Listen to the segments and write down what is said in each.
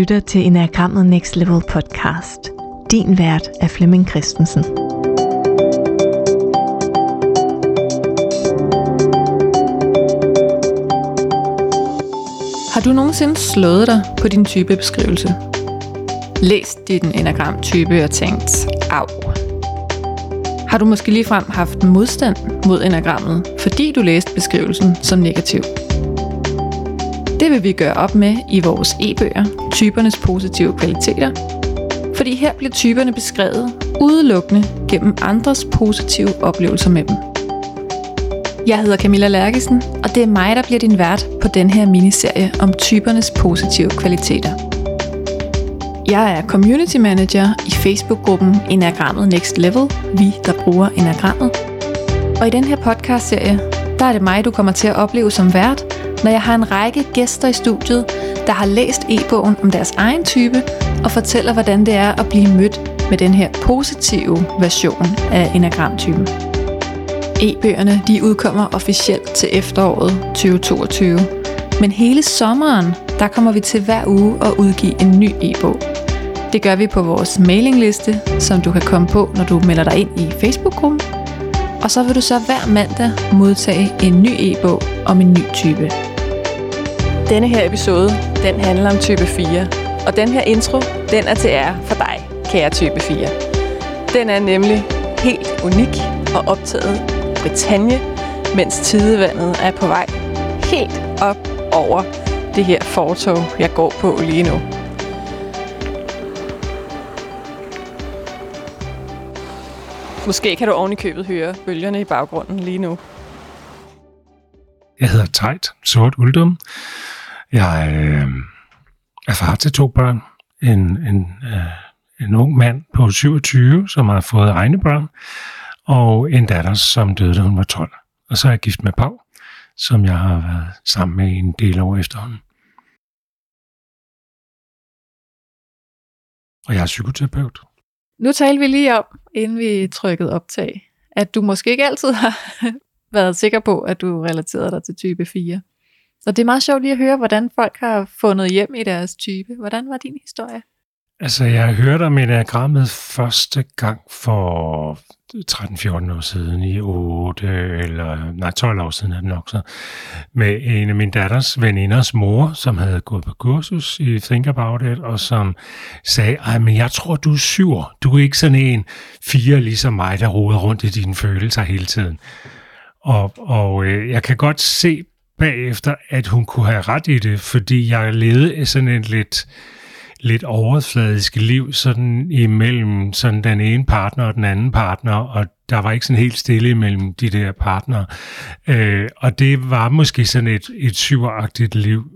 lytter til Enagrammet Next Level podcast. Din vært er Flemming Christensen. Har du nogensinde slået dig på din typebeskrivelse? Læst din enagramtype og tænkt, au. Har du måske ligefrem haft modstand mod enagrammet, fordi du læste beskrivelsen som negativ? Det vil vi gøre op med i vores e-bøger, Typernes positive kvaliteter, fordi her bliver typerne beskrevet udelukkende gennem andres positive oplevelser med dem. Jeg hedder Camilla Lærkesen, og det er mig, der bliver din vært på den her miniserie om typernes positive kvaliteter. Jeg er community manager i Facebook-gruppen Enagrammet Next Level, vi der bruger enagrammet. Og i den her podcast-serie, der er det mig, du kommer til at opleve som vært, når jeg har en række gæster i studiet, der har læst e-bogen om deres egen type og fortæller, hvordan det er at blive mødt med den her positive version af enagramtypen. E-bøgerne de udkommer officielt til efteråret 2022, men hele sommeren, der kommer vi til hver uge at udgive en ny e-bog. Det gør vi på vores mailingliste, som du kan komme på, når du melder dig ind i Facebook-gruppen. Og så vil du så hver mandag modtage en ny e-bog om en ny type. Denne her episode, den handler om type 4. Og den her intro, den er til ære for dig, kære type 4. Den er nemlig helt unik og optaget i Bretagne, mens tidevandet er på vej helt op over det her fortov, jeg går på lige nu. Måske kan du oven i købet høre bølgerne i baggrunden lige nu. Jeg hedder Tejt Sort Uldum. Jeg er far til 2 børn. En ung mand på 27, som har fået egne børn, og en datter, som døde, da hun var 12. Og så er jeg gift med Pau, som jeg har været sammen med en del år efterhånden. Og jeg er psykoterapeut. Nu talte vi lige om, inden vi trykkede optag, at du måske ikke altid har været sikker på, at du relaterede dig til type 4. Så det er meget sjovt lige at høre, hvordan folk har fundet hjem i deres type. Hvordan var din historie? Altså, jeg hørte om enagrammet første gang for 13-14 år siden, i 12 år siden er det nok så, med en af min datters veninders mor, som havde gået på kursus i Think About It, og som sagde, men jeg tror, du er 7. Du er ikke sådan en 4 ligesom mig, der roder rundt i dine følelser hele tiden. Og jeg kan godt se bagefter, at hun kunne have ret i det, fordi jeg levede sådan et lidt overfladisk liv, sådan imellem sådan den ene partner og den anden partner, og der var ikke sådan helt stille imellem de der partnere. Og det var måske sådan et 7-agtigt liv,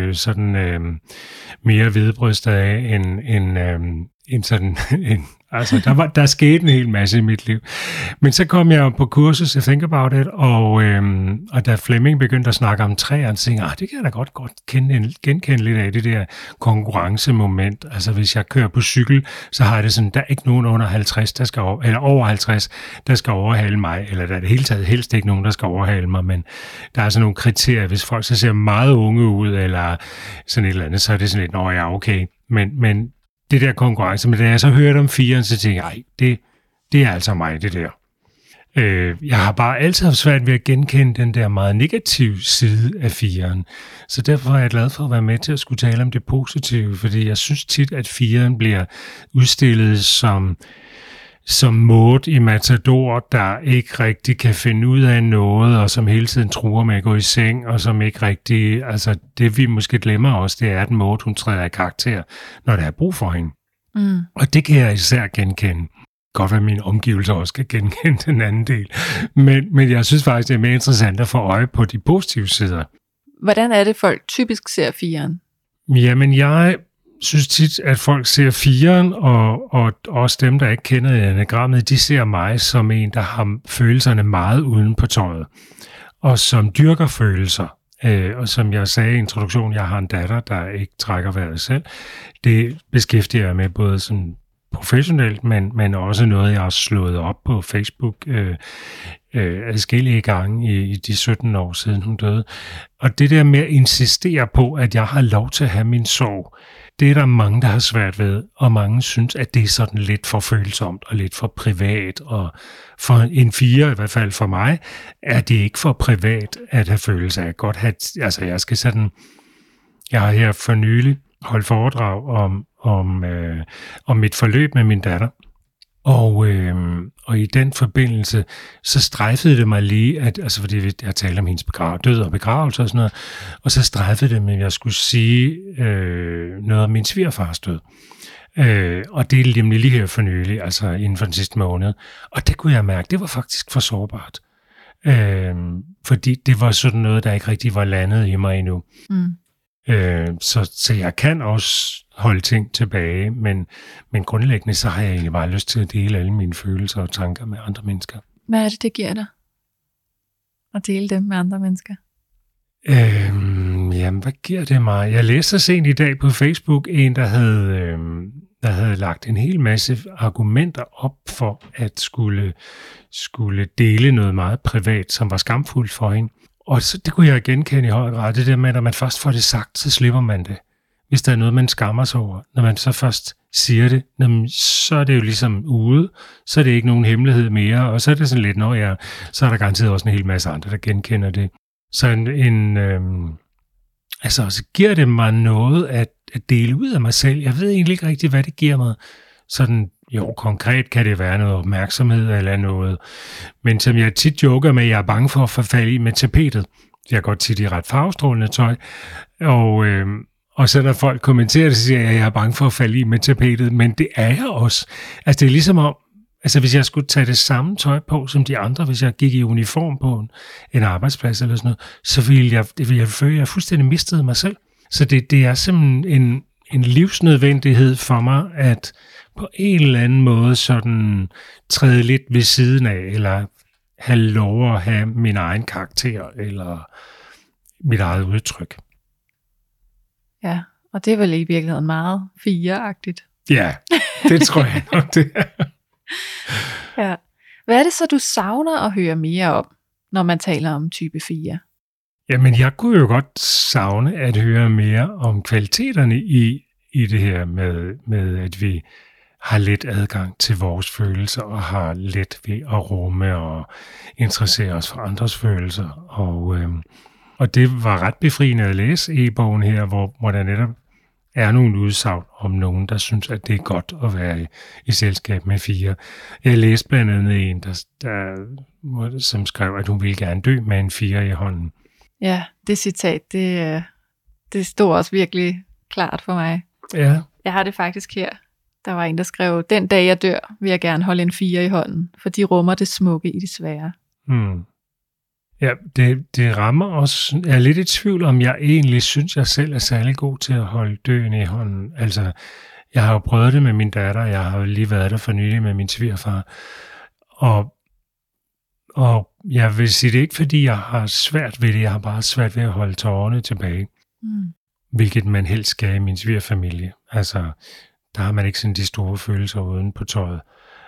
mere hvidbrystet af en sådan en. Altså, der skete en hel masse i mit liv. Men så kom jeg på kursus i Think About It, og da Flemming begyndte at snakke om træerne, så tænkte jeg, det kan jeg da godt genkende lidt af det der konkurrencemoment. Altså, hvis jeg kører på cykel, så har det sådan, der er ikke nogen under 50, eller over 50, der skal overhale mig, eller der er det hele taget helst ikke nogen, der skal overhale mig, men der er sådan nogle kriterier. Hvis folk så ser meget unge ud, eller sådan et eller andet, så er det sådan lidt, okay. Men det der konkurrence, men da jeg så hørte om 4'eren, så tænkte jeg, det er altså mig, det der. Jeg har bare altid haft svært ved at genkende den der meget negative side af 4'eren. Så derfor er jeg glad for at være med til at skulle tale om det positive, fordi jeg synes tit, at 4'eren bliver udstillet som Maud i Matador, der ikke rigtig kan finde ud af noget, og som hele tiden truer med at gå i seng, og som ikke rigtig, altså det vi måske glemmer også, det er, at Maud, hun træder i karakter, når der er brug for hende. Mm. Og det kan jeg især genkende. Godt være, at mine omgivelser også kan genkende den anden del. Men jeg synes faktisk, det er mere interessant at få øje på de positive sider. Hvordan er det, folk typisk ser 4'eren? Jamen, jeg synes tit, at folk ser 4'eren, og også dem, der ikke kender enagrammet, de ser mig som en, der har følelserne meget uden på tøjet, og som dyrker følelser. Og som jeg sagde i introduktionen, jeg har en datter, der ikke trækker vejret selv. Det beskæftiger jeg med både sådan professionelt, men også noget, jeg har slået op på Facebook adskillige gange i de 17 år siden hun døde. Og det der med at insistere på, at jeg har lov til at have min sorg, det er der mange, der har svært ved, og mange synes, at det er sådan lidt for følsomt og lidt for privat. Og for en 4, i hvert fald for mig, er det ikke for privat at have følelser af. Godt have, altså jeg har her for nylig holdt foredrag om mit forløb med min datter. Og i den forbindelse, så strejfede det mig lige, fordi jeg talte om hendes død og begravelse og sådan noget, og så strejfede det mig, at jeg skulle sige noget om min svigerfars død. Og det er lige her for nylig, altså inden for den sidste måned. Og det kunne jeg mærke, det var faktisk for sårbart. Fordi det var sådan noget, der ikke rigtig var landet i mig endnu. Så jeg kan også holde ting tilbage, men grundlæggende så har jeg egentlig bare lyst til at dele alle mine følelser og tanker med andre mennesker. Hvad er det giver dig at dele dem med andre mennesker? Jamen, hvad giver det mig? Jeg læste så sent i dag på Facebook en, der havde lagt en hel masse argumenter op for at skulle dele noget meget privat, som var skamfuldt for hende. Og så, det kunne jeg genkende i høj grad. Det der med, at når man først får det sagt, så slipper man det. Hvis der er noget, man skammer sig over. Når man så først siger det, så er det jo ligesom ude. Så er det ikke nogen hemmelighed mere. Og så er det sådan lidt, så er der garanteret også en hel masse andre, der genkender det. Så så giver det mig noget at dele ud af mig selv. Jeg ved egentlig ikke rigtig, hvad det giver mig. Sådan, jo, konkret kan det være noget opmærksomhed eller noget. Men som jeg tit joker med, jeg er bange for at forfalde i med tapetet. Jeg går tit i ret farvestrålende tøj. Og så er der folk kommenterer det, så siger jeg er bange for at falde i med tapetet. Men det er jeg også. Altså det er ligesom om, hvis jeg skulle tage det samme tøj på som de andre, hvis jeg gik i uniform på en arbejdsplads eller sådan noget, så ville jeg føle, at jeg fuldstændig mistede mig selv. Så det er simpelthen en livsnødvendighed for mig, at på en eller anden måde sådan træde lidt ved siden af, eller have lov at have min egen karakter, eller mit eget udtryk. Ja, og det er vel i virkeligheden meget 4-agtigt. Ja, det tror jeg nok, det er. Ja. Hvad er det så, du savner at høre mere om, når man taler om type 4? Jamen, jeg kunne jo godt savne at høre mere om kvaliteterne i det her med, at vi har let adgang til vores følelser, og har let ved at rumme og interessere os for andres følelser. Og det var ret befriende at læse e-bogen her, hvor der netop er nogle udsagn om nogen, der synes, at det er godt at være i selskab med 4. Jeg læste blandt andet en, som skrev, at hun ville gerne dø med en 4 i hånden. Ja, det citat, det stod også virkelig klart for mig. Ja. Jeg har det faktisk her. Der var en, der skrev, den dag jeg dør, vil jeg gerne holde en 4 i hånden, for de rummer det smukke i det svære. Ja, det rammer også. Jeg er lidt i tvivl om, jeg egentlig synes, jeg selv er særlig god til at holde døden i hånden. Altså, jeg har jo prøvet det med min datter, jeg har jo lige været der for nylig med min svigerfar. Og jeg vil sige, det ikke, fordi jeg har svært ved det, jeg har bare svært ved at holde tårerne tilbage. Hvilket man helst skal i min svigerfamilie. Altså, der har man ikke sådan de store følelser uden på tøjet.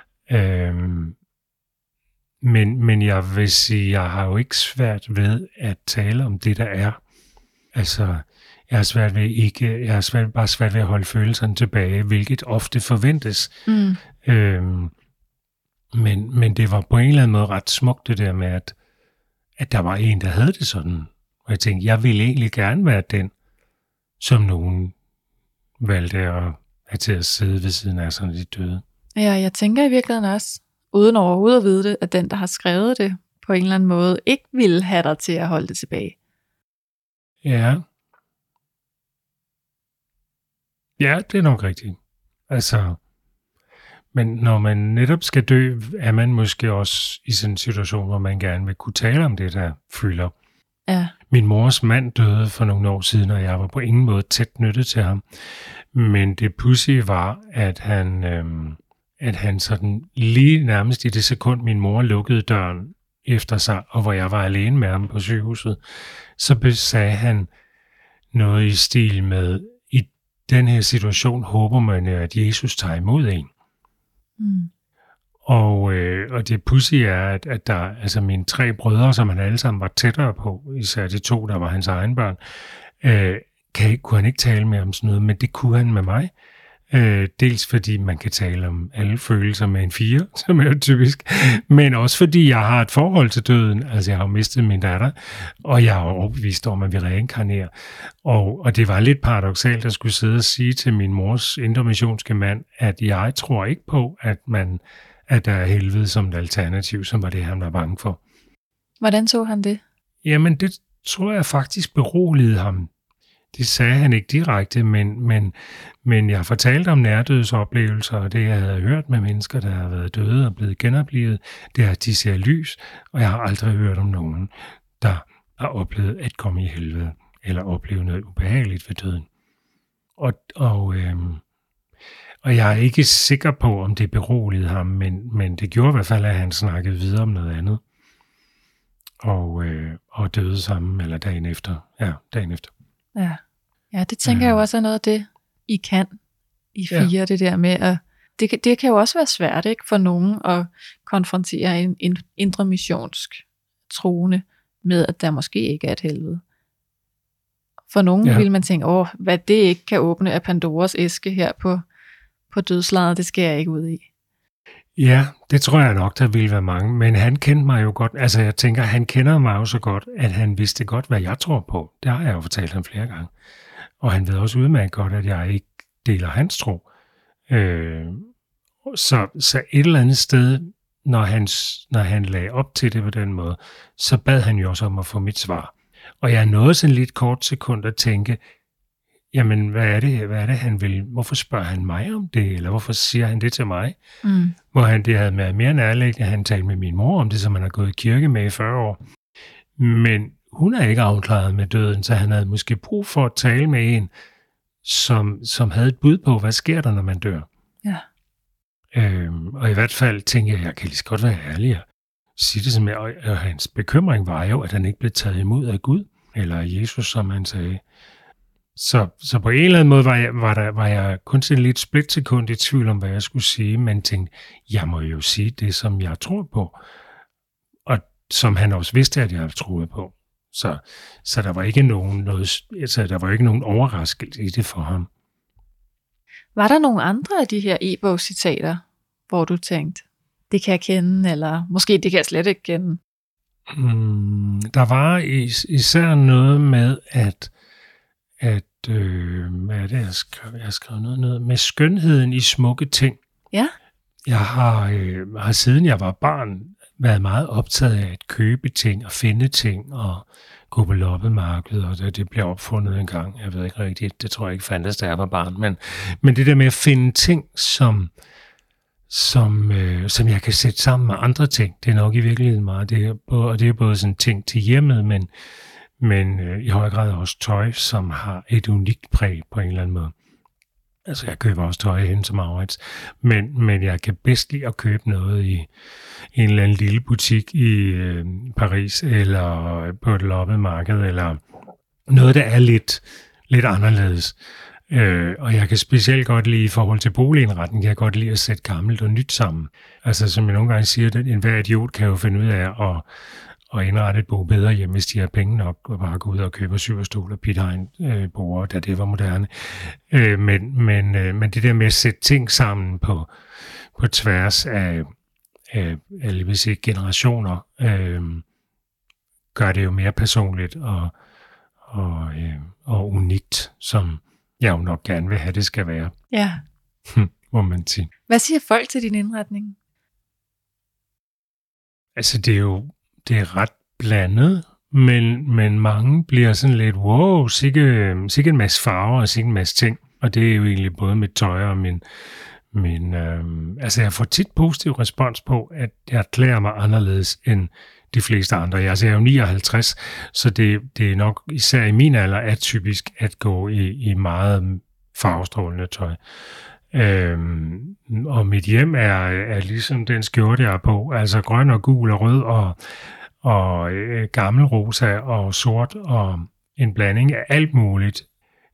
Men jeg vil sige, jeg har jo ikke svært ved at tale om det, der er. Altså, jeg har bare svært ved at holde følelserne tilbage, hvilket ofte forventes. Men det var på en eller anden måde ret smukt, det der med, at der var en, der havde det sådan. Og jeg tænkte, jeg ville egentlig gerne være den, som nogen valgte at have til at sidde ved siden af sådan de døde. Ja, jeg tænker i virkeligheden også, uden overhovedet at vide det, at den, der har skrevet det, på en eller anden måde, ikke ville have dig til at holde det tilbage. Ja. Ja, det er nok rigtigt. Altså, men når man netop skal dø, er man måske også i sådan en situation, hvor man gerne vil kunne tale om det, der fylder. Ja. Min mors mand døde for nogle år siden, og jeg var på ingen måde tæt knyttet til ham. Men det pudsige var, at han sådan lige nærmest i det sekund, min mor lukkede døren efter sig, og hvor jeg var alene med ham på sygehuset, så sagde han noget i stil med, i den her situation håber man, at Jesus tager imod en. Og det pudsy er, at der, altså mine 3 brødre, som han alle sammen var tættere på, især de 2, der var hans egen børn, kunne han ikke tale med om sådan noget, men det kunne han med mig. Dels fordi man kan tale om alle følelser med en 4, som er jo typisk, men også fordi jeg har et forhold til døden. Altså jeg har jo mistet min datter, og jeg er overbevist om, at vi reinkarnerer. Og det var lidt paradoksalt at skulle sidde og sige til min mors indremissionske mand, at jeg tror ikke på, at der er helvede som et alternativ, som var det, han var bange for. Hvordan så han det? Jamen det tror jeg faktisk beroligede ham. Det sagde han ikke direkte, men jeg fortalte om nærdødsoplevelser, og det, jeg havde hørt med mennesker, der har været døde og blevet genoplevet, det er, at de ser lys, og jeg har aldrig hørt om nogen, der har oplevet at komme i helvede, eller opleve noget ubehageligt ved døden. Og jeg er ikke sikker på, om det beroligede ham, men det gjorde i hvert fald, at han snakkede videre om noget andet, og døde sammen, eller dagen efter. Ja, dagen efter. Ja, det tænker jeg jo også er noget af det, I kan i 4, det der med at... Det kan jo også være svært, ikke, for nogen at konfrontere en indre missionsk troende med, at der måske ikke er et helvede. For nogen vil man tænke, hvad det ikke kan åbne af Pandoras æske her på dødslejet, det skal jeg ikke ud i. Ja, det tror jeg nok, der ville være mange, men han kendte mig jo godt, altså jeg tænker, han kender mig jo så godt, at han vidste godt, hvad jeg tror på. Det har jeg jo fortalt ham flere gange. Og han ved også udmærket godt, at jeg ikke deler hans tro. Så et eller andet sted, når han lagde op til det på den måde, så bad han jo også om at få mit svar. Og jeg nåede sådan lidt kort sekund at tænke, jamen, hvad er det, han vil? Hvorfor spørger han mig om det? Eller hvorfor siger han det til mig? Hvor det havde været mere nærliggende, at han talte med min mor om det, som han har gået i kirke med i 40 år. Men hun er ikke afklaret med døden, så han havde måske brug for at tale med en, som havde et bud på, hvad sker der, når man dør. Ja. Og i hvert fald tænkte jeg kan lige så godt være ærlig og sige det som jeg, og hans bekymring var jo, at han ikke blev taget imod af Gud, eller af Jesus, som han sagde. Så på en eller anden måde var jeg kun sådan lidt splitsekund i tvivl om, hvad jeg skulle sige, men tænkte, jeg må jo sige det, som jeg tror på, og som han også vidste, at jeg troede på. Så der var ikke nogen overraskelse i det for ham. Var der nogle andre af de her e-bogscitater, hvor du tænkte, det kan jeg kende, eller måske det kan jeg slet ikke kende? Der var især noget med, at hvad er det, jeg har skrevet noget med skønheden i smukke ting. Ja. Jeg har siden jeg var barn været meget optaget af at købe ting og finde ting og gå på loppemarkedet, og det blev opfundet en gang. Jeg ved ikke rigtigt, det tror jeg ikke fandtes, da jeg var barn. Men det der med at finde ting, som jeg kan sætte sammen med andre ting, det er nok i virkeligheden meget. Det er både sådan ting til hjemmet, men i høj grad også tøj, som har et unikt præg på en eller anden måde. Altså, jeg køber også tøj hen til Maurits, men jeg kan bedst lide at købe noget i en eller anden lille butik i Paris, eller på et loppemarked, eller noget, der er lidt anderledes. Og jeg kan specielt godt lide, i forhold til boligindretning, kan jeg godt lide at sætte gammelt og nyt sammen. Altså, som jeg nogle gange siger, at enhver idiot kan jo finde ud af at indrette et bo bedre hjem, hvis de har penge nok, og bare gå ud og købe syverstol og Pitheim-borde, da det var moderne. Men det der med at sætte ting sammen på tværs af hvis ikke generationer, gør det jo mere personligt og unikt, som jeg jo nok gerne vil have, det skal være. Ja. Må man sige. Hvad siger folk til din indretning? Altså, det er ret blandet, men mange bliver sådan lidt, wow, sikke en masse farver og sikke en masse ting. Og det er jo egentlig både mit tøj og altså jeg får tit positiv respons på, at jeg klæder mig anderledes end de fleste andre. Jeg er jo 59, så det er nok især i min alder atypisk at gå i meget farvestrålende tøj. Og mit hjem er ligesom den skjorte, jeg er på, altså grøn og gul og rød og gammel rosa og sort og en blanding af alt muligt,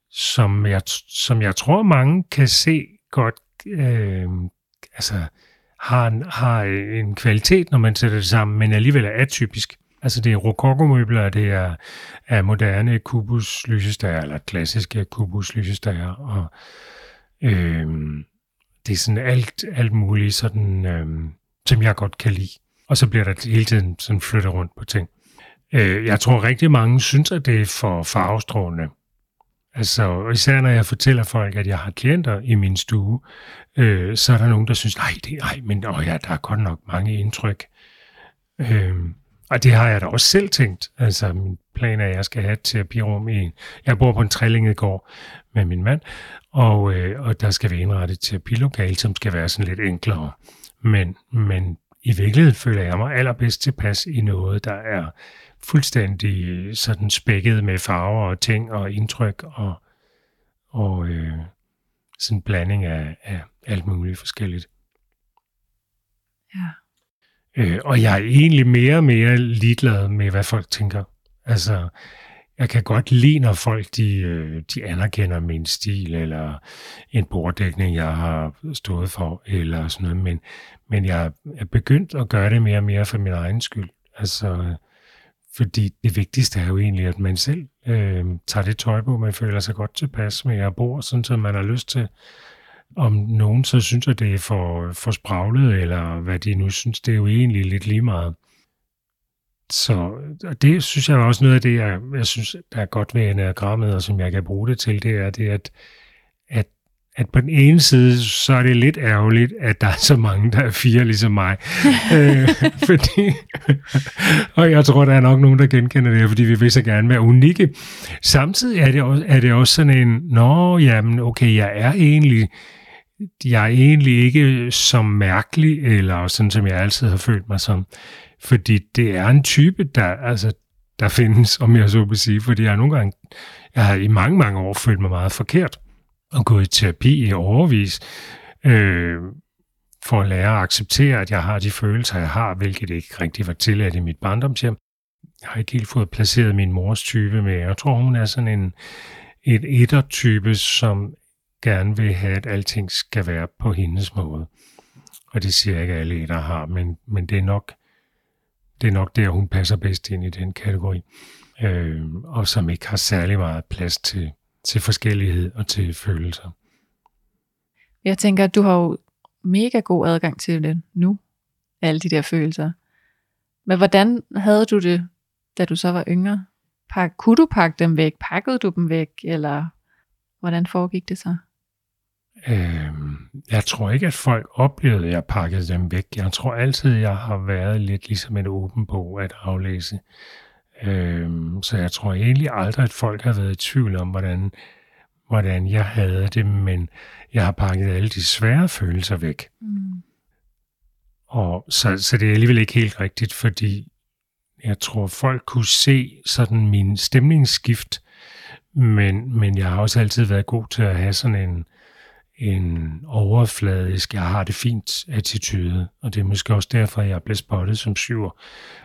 som jeg tror mange kan se godt, altså har en kvalitet, når man sætter det sammen, men alligevel er atypisk. Altså det er rokokomøbler, det er moderne kubus-lysestager, eller klassiske kubus-lysestager, og det er sådan alt muligt, sådan, som jeg godt kan lide. Og så bliver der hele tiden sådan flyttet rundt på ting. Jeg tror rigtig mange synes, at det er for farvestrålende. Altså, især når jeg fortæller folk, at jeg har klienter i min stue, så er der nogen, der synes, der er godt nok mange indtryk. Og det har jeg da også selv tænkt. Altså, min plan er, at jeg skal have et terapirum jeg bor på en trillinget gård med min mand, og der skal vi indrette et terapilokale, som skal være sådan lidt enklere. Men i virkeligheden føler jeg mig allerbedst tilpas i noget, der er fuldstændig sådan spækket med farver og ting og indtryk og sådan en blanding af alt muligt forskelligt. Ja. Og jeg er egentlig mere og mere ligeglad med, hvad folk tænker. Altså, jeg kan godt lide, når folk de anerkender min stil, eller en borddækning, jeg har stået for, eller sådan noget. Men jeg er begyndt at gøre det mere og mere for min egen skyld. Altså, fordi det vigtigste er jo egentlig, at man selv tager det tøj på, man føler sig godt tilpas med at bo, sådan som man har lyst til. Om nogen så synes, at det er for spraglet, eller hvad de nu synes, det er jo egentlig lidt lige meget. Så det synes jeg også noget af det, jeg synes, der er godt ved enagrammet, og som jeg kan bruge det til, det er, at på den ene side, så er det lidt ærgerligt, at der er så mange, der er 4 ligesom mig. Og jeg tror, der er nok nogen, der genkender det, fordi vi vil så gerne være unikke. Samtidig er det også sådan en, okay, jeg er egentlig ikke så mærkelig, eller sådan som jeg altid har følt mig som. Fordi det er en type, der findes, om jeg så vil sige. Fordi jeg har i mange, mange år følt mig meget forkert. Og gået i terapi i årevis, for at lære at acceptere, at jeg har de følelser, jeg har, hvilket ikke rigtig var tilladt i mit barndomshjem. Jeg har ikke helt fået placeret min mors type med. Jeg tror, hun er sådan et etter-type, som gerne vil have, at alting skal være på hendes måde. Og det siger jeg ikke, at alle etter har, men det er nok der, hun passer bedst ind i den kategori. Og som ikke har særlig meget plads til forskellighed og til følelser. Jeg tænker, at du har jo mega god adgang til det nu, alle de der følelser. Men hvordan havde du det, da du så var yngre? Kunne du pakke dem væk? Pakkede du dem væk? Eller hvordan foregik det så? Jeg tror ikke, at folk oplevede, at jeg pakkede dem væk. Jeg tror altid, jeg har været lidt ligesom en åben bog at aflæse. Så jeg tror egentlig aldrig, at folk har været i tvivl om, hvordan jeg havde det, men jeg har pakket alle de svære følelser væk. Mm. Og så det er alligevel ikke helt rigtigt, fordi jeg tror, folk kunne se sådan min stemningsskift, men jeg har også altid været god til at have sådan en overfladisk, jeg har det fint attitude, og det er måske også derfor, jeg blev spottet som 7'er.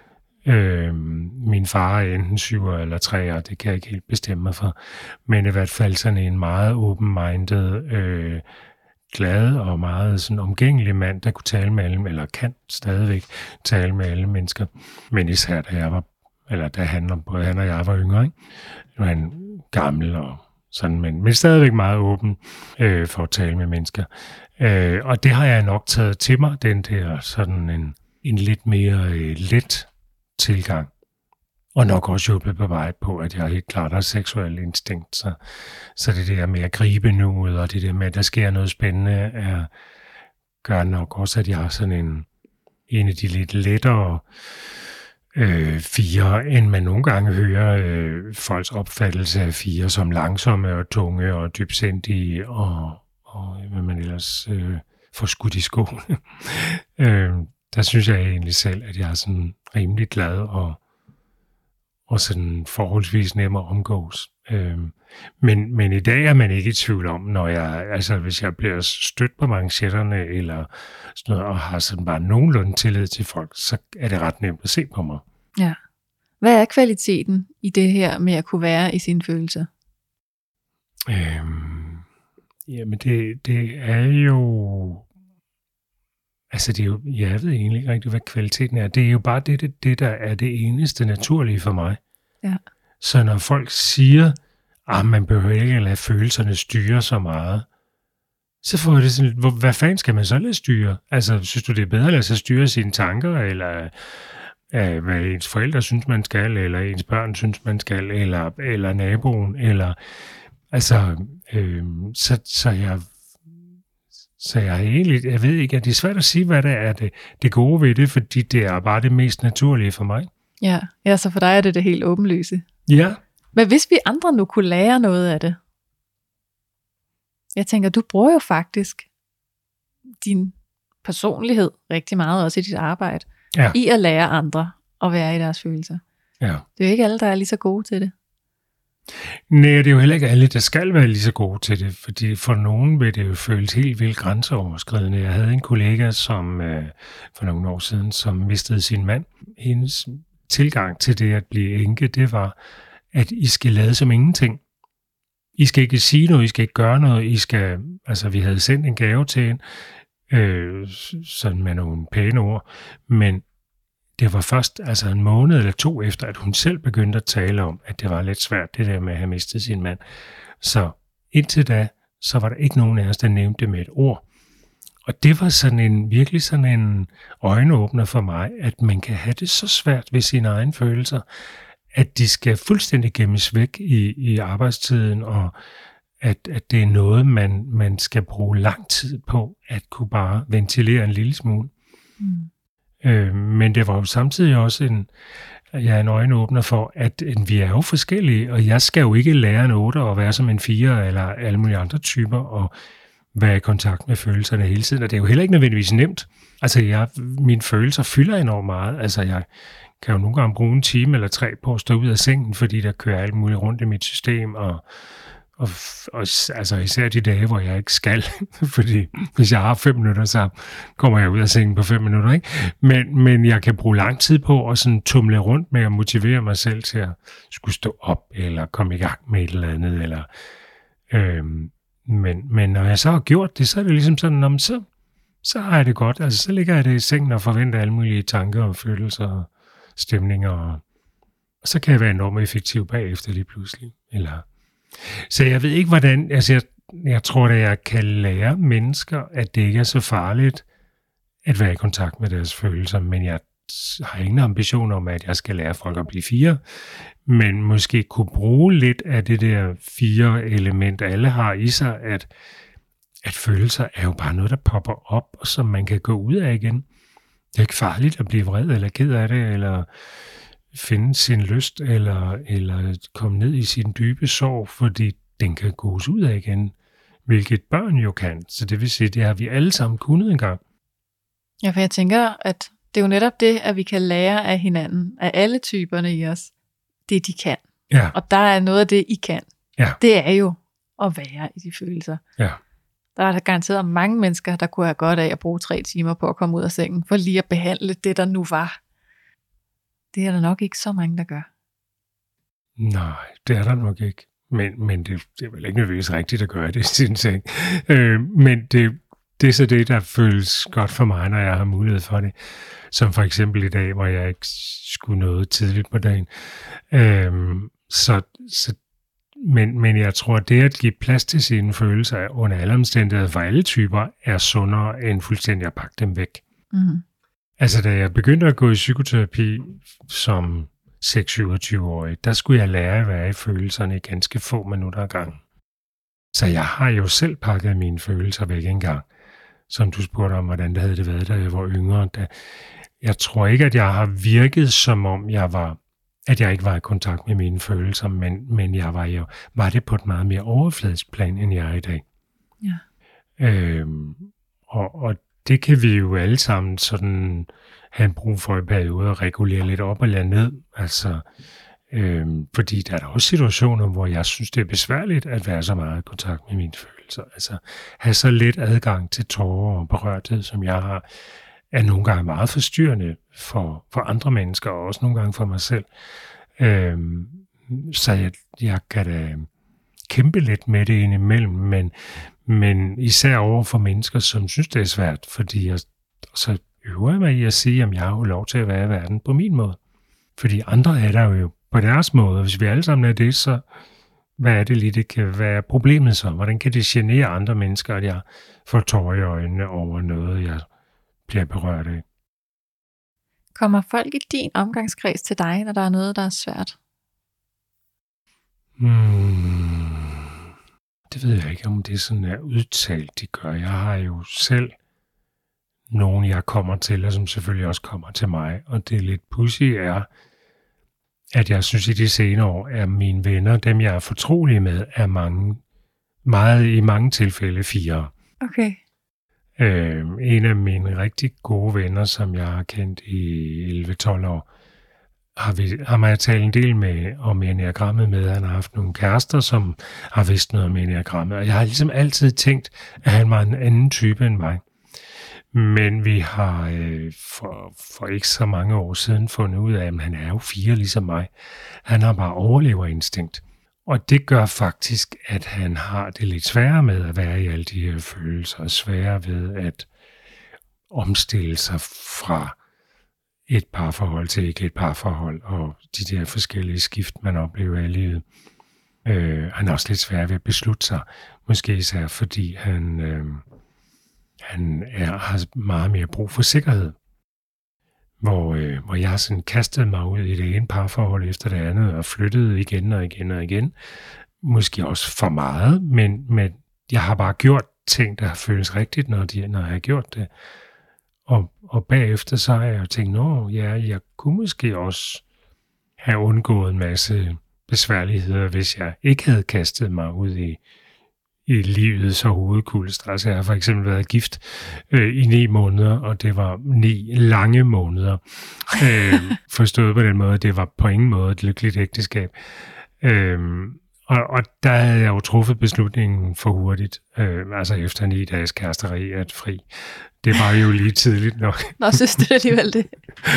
Min far er enten 7'er eller 3'er, det kan jeg ikke helt bestemme mig for, men i hvert fald sådan en meget open-minded, glad og meget sådan omgængelig mand, der kunne tale med alle, eller kan stadigvæk tale med alle mennesker, men især da både han og jeg var yngre, ikke? Nu er han gammel og sådan, men stadigvæk meget åben for at tale med mennesker. Og det har jeg nok taget til mig, den der sådan en lidt mere let tilgang. Og nok også hjulpet på vej på, at jeg helt klart har seksuel instinkt. Så det der med at gribe nuet, og det der med, at der sker noget spændende, gør nok også, at jeg har sådan en af de lidt lettere 4, end man nogle gange hører folks opfattelse af 4 som langsomme og tunge og dybsindige, og hvad man ellers får skudt i skoene. Der synes jeg egentlig selv, at jeg er sådan rimelig glad og sådan forholdsvis nem at omgås. Men i dag er man ikke i tvivl om, hvis jeg bliver stødt på manchetterne eller sådan noget, og har sådan bare nogenlunde tillid til folk, så er det ret nemt at se på mig. Ja. Hvad er kvaliteten i det her med at kunne være i sine følelser? Jamen det er jo Altså, det er jo, jeg ved egentlig ikke rigtig, hvad kvaliteten er. Det er jo bare det der er det eneste naturlige for mig. Ja. Så når folk siger, at man behøver ikke at lade følelserne styre så meget, så får jeg det sådan, hvad fanden skal man så lade styre? Altså, synes du, det er bedre at lade sig styre sine tanker, eller hvad ens forældre synes, man skal, eller ens børn synes, man skal, eller naboen, eller altså, så jeg egentlig, jeg ved ikke, at det er svært at sige, hvad det er det gode ved det, fordi det er bare det mest naturlige for mig. Ja, så for dig er det helt åbenlyse. Ja. Men hvis vi andre nu kunne lære noget af det, jeg tænker, du bruger jo faktisk din personlighed rigtig meget, også i dit arbejde, i at lære andre at være i deres følelser. Ja. Det er jo ikke alle, der er lige så gode til det. Nej, det er jo heller ikke alle, der skal være lige så gode til det, fordi for nogen vil det jo føles helt vildt grænseoverskridende. Jeg havde en kollega, som for nogle år siden, som mistede sin mand. Hendes tilgang til det at blive enke, det var, at I skal lade som ingenting. I skal ikke sige noget, I skal ikke gøre noget, vi havde sendt en gave til hende, sådan med nogle pæne ord, men det var først en måned eller 2 efter, at hun selv begyndte at tale om, at det var lidt svært, det der med at have mistet sin mand. Så indtil da, så var der ikke nogen af os, der nævnte det med et ord. Og det var virkelig sådan en øjenåbner for mig, at man kan have det så svært ved sine egne følelser, at de skal fuldstændig gemmes væk i arbejdstiden, og at det er noget, man skal bruge lang tid på, at kunne bare ventilere en lille smule. Men det var jo samtidig også en øjenåbner for, at vi er jo forskellige, og jeg skal jo ikke lære en 8 og være som en 4 eller alle mulige andre typer, og være i kontakt med følelserne hele tiden. Og det er jo heller ikke nødvendigvis nemt. Altså, mine følelser fylder enormt meget. Altså, jeg kan jo nogle gange bruge 1 time eller 3 på at stå ud af sengen, fordi der kører alt muligt rundt i mit system, og især de dage, hvor jeg ikke skal, fordi hvis jeg har 5 minutter, så kommer jeg ud af sengen på 5 minutter, ikke? Men jeg kan bruge lang tid på at sådan tumle rundt med at motivere mig selv til at skulle stå op, eller komme i gang med et eller andet, eller men når jeg så har gjort det, så er det ligesom sådan, så har jeg det godt. Altså, så ligger jeg det i sengen og forventer alle mulige tanker og følelser og stemninger, og så kan jeg være enormt effektiv bagefter lige pludselig. Så jeg ved ikke, hvordan... Altså, jeg tror, at jeg kan lære mennesker, at det ikke er så farligt at være i kontakt med deres følelser, men jeg har ingen ambition om, at jeg skal lære folk at blive 4, men måske kunne bruge lidt af det der 4 element, alle har i sig, at følelser er jo bare noget, der popper op, og som man kan gå ud af igen. Det er ikke farligt at blive vred eller ked af det, eller finde sin lyst, eller komme ned i sin dybe sorg, fordi den kan gås ud af igen, hvilket børn jo kan. Så det vil sige, det har vi alle sammen kunnet engang. Ja, for jeg tænker, at det er jo netop det, at vi kan lære af hinanden, af alle typerne i os, det de kan. Ja. Og der er noget af det, I kan. Ja. Det er jo at være i de følelser. Ja. Der er garanteret mange mennesker, der kunne have godt af at bruge 3 timer på at komme ud af sengen, for lige at behandle det, der nu var. Det er der nok ikke så mange, der gør. Nej, det er der nok ikke. Men det er vel ikke nødvendigvis rigtigt at gøre det, synes jeg. Men det er så det, der føles godt for mig, når jeg har mulighed for det. Som for eksempel i dag, hvor jeg ikke skulle noget tidligt på dagen. Men jeg tror, at det at give plads til sine følelser under alle omstændigheder for alle typer, er sundere end fuldstændig at pakke dem væk. Mm-hmm. Altså, da jeg begyndte at gå i psykoterapi som 6-27-årig, der skulle jeg lære at være i følelserne i ganske få minutter ad gangen. Så jeg har jo selv pakket mine følelser væk engang, som du spurgte om, hvordan det havde været, da jeg var yngre. Jeg tror ikke, at jeg har virket, som om at jeg ikke var i kontakt med mine følelser, men jeg var det på et meget mere overfladisk plan, end jeg er i dag. Ja. Og det kan vi jo alle sammen sådan have brug for i perioder at regulere lidt op og lade ned. Altså, fordi der er også situationer, hvor jeg synes, det er besværligt at være så meget i kontakt med mine følelser. Altså, have så lidt adgang til tårer og berørthed, som jeg har, er nogle gange meget forstyrrende for andre mennesker, og også nogle gange for mig selv. Så jeg kan da kæmpe lidt med det indimellem, men især over for mennesker, som synes, det er svært, fordi så øver jeg mig i at sige, at jeg har jo lov til at være i verden på min måde. Fordi andre er der jo på deres måde. Hvis vi alle sammen er det, så hvad er det lige, det kan være problemet så? Hvordan kan det genere andre mennesker, at jeg får tårer i øjnene over noget, jeg bliver berørt af? Kommer folk i din omgangskreds til dig, når der er noget, der er svært? Det ved jeg ikke, om det sådan er udtalt, de gør. Jeg har jo selv nogen, jeg kommer til, og som selvfølgelig også kommer til mig. Og det lidt pudsige er, at jeg synes, i de senere år, er mine venner, dem jeg er fortrolige med, er i mange tilfælde 4. Okay. En af mine rigtig gode venner, som jeg har kendt i 11-12 år, har mig talt en del med om enneagrammet med. Han har haft nogle kærester, som har vidst noget om enneagrammet, og jeg har ligesom altid tænkt, at han var en anden type end mig. Men vi har for ikke så mange år siden fundet ud af, at han er jo 4 ligesom mig. Han har bare overleverinstinkt. Og det gør faktisk, at han har det lidt sværere med at være i alle de her følelser, og sværere ved at omstille sig fra et parforhold til ikke et parforhold, og de der forskellige skift, man oplever i livet. Han er også lidt svær ved at beslutte sig, måske især fordi han har meget mere brug for sikkerhed. Hvor jeg har sådan kastet mig ud i det ene parforhold efter det andet, og flyttet igen og igen og igen. Måske også for meget, men jeg har bare gjort ting, der har føles rigtigt, når jeg har gjort det. Og bagefter så har jeg jo tænkt, jeg kunne måske også have undgået en masse besværligheder, hvis jeg ikke havde kastet mig ud i livet så hovedkuldest. Altså jeg har for eksempel været gift i 9 måneder, og det var 9 lange måneder. Forstået på den måde, det var på ingen måde et lykkeligt ægteskab. Og der havde jeg jo truffet beslutningen for hurtigt, altså efter 9 dages kæresteri at fri. Det var jo lige tidligt nok. Nå, synes du alligevel det?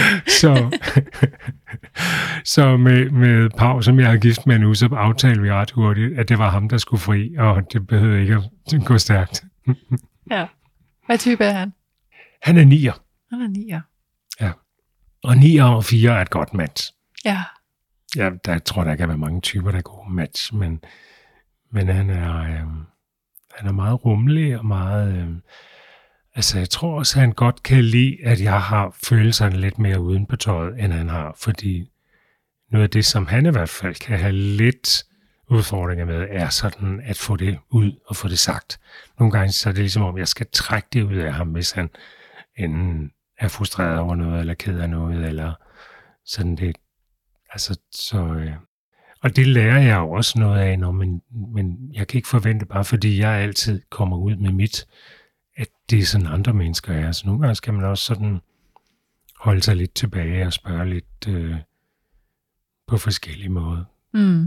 Så med Pau, som jeg har gift med nu, så aftalte vi ret hurtigt, at det var ham, der skulle fri, og det behøvede ikke at gå stærkt. Ja. Hvad type er han? Han er 9'er. Han er 9'er. Ja. Og 9'er og 4 er et godt match. Ja. Ja, der tror der kan være mange typer, der er gode match, men han er meget rummelig og meget... Altså, jeg tror også, at han godt kan lide, at jeg har følelserne lidt mere uden på tøjet, end han har, fordi noget af det, som han i hvert fald kan have lidt udfordringer med, er sådan at få det ud og få det sagt. Nogle gange så er det ligesom om, jeg skal trække det ud af ham, hvis han enten er frustreret over noget, eller ked af noget, eller sådan det. Altså, og det lærer jeg jo også noget af, men jeg kan ikke forvente, bare fordi jeg altid kommer ud med mit, at det er sådan andre mennesker er. Så nogle gange skal man også sådan holde sig lidt tilbage og spørge lidt på forskellige måder. Mm.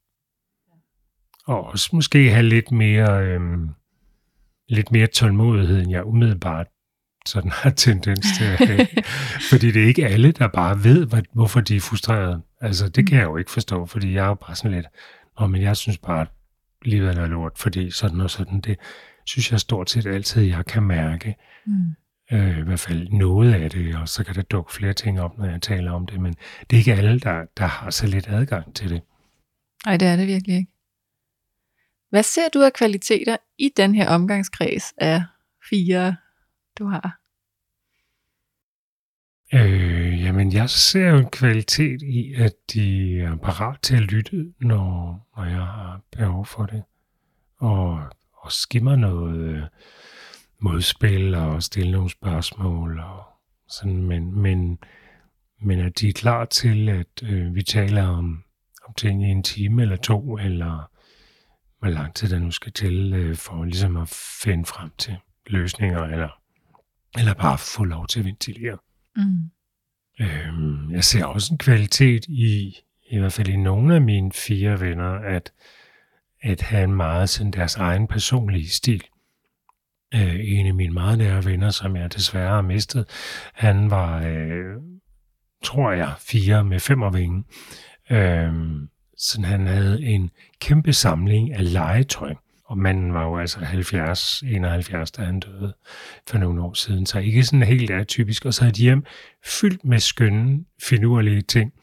Og også måske have lidt mere tålmodighed, end jeg umiddelbart sådan har tendens til at have. Fordi det er ikke alle, der bare ved, hvorfor de er frustrerede. Altså, det kan jeg jo ikke forstå, fordi jeg er jo bare sådan lidt, men jeg synes bare, at livet er noget lort, fordi sådan og sådan, det synes jeg stort set altid, jeg kan mærke. I hvert fald noget af det, og så kan der dukke flere ting op, når jeg taler om det, men det er ikke alle, der har så lidt adgang til det. Nej, det er det virkelig ikke. Hvad ser du af kvaliteter i den her omgangskreds af 4, du har? Jamen, jeg ser jo en kvalitet i, at de er parat til at lytte, når jeg har behov for det. Og skimmer noget modspil og stille nogle spørgsmål. Og sådan, men at de er klar til, at vi taler om ting i en time eller 2, eller hvor lang tid der nu skal til, for ligesom at finde frem til løsninger, eller bare få lov til at ventilere. Jeg ser også en kvalitet i hvert fald i nogle af mine 4 venner, at have en meget sådan deres egen personlige stil. En af mine meget nære venner, som jeg desværre har mistet, han var, tror jeg, 4 med 5'ervinge. Så han havde en kæmpe samling af legetøj. Og manden var jo altså 71, da han døde for nogle år siden. Så ikke sådan helt atypisk. Og så et hjem fyldt med skønne, finurlige ting.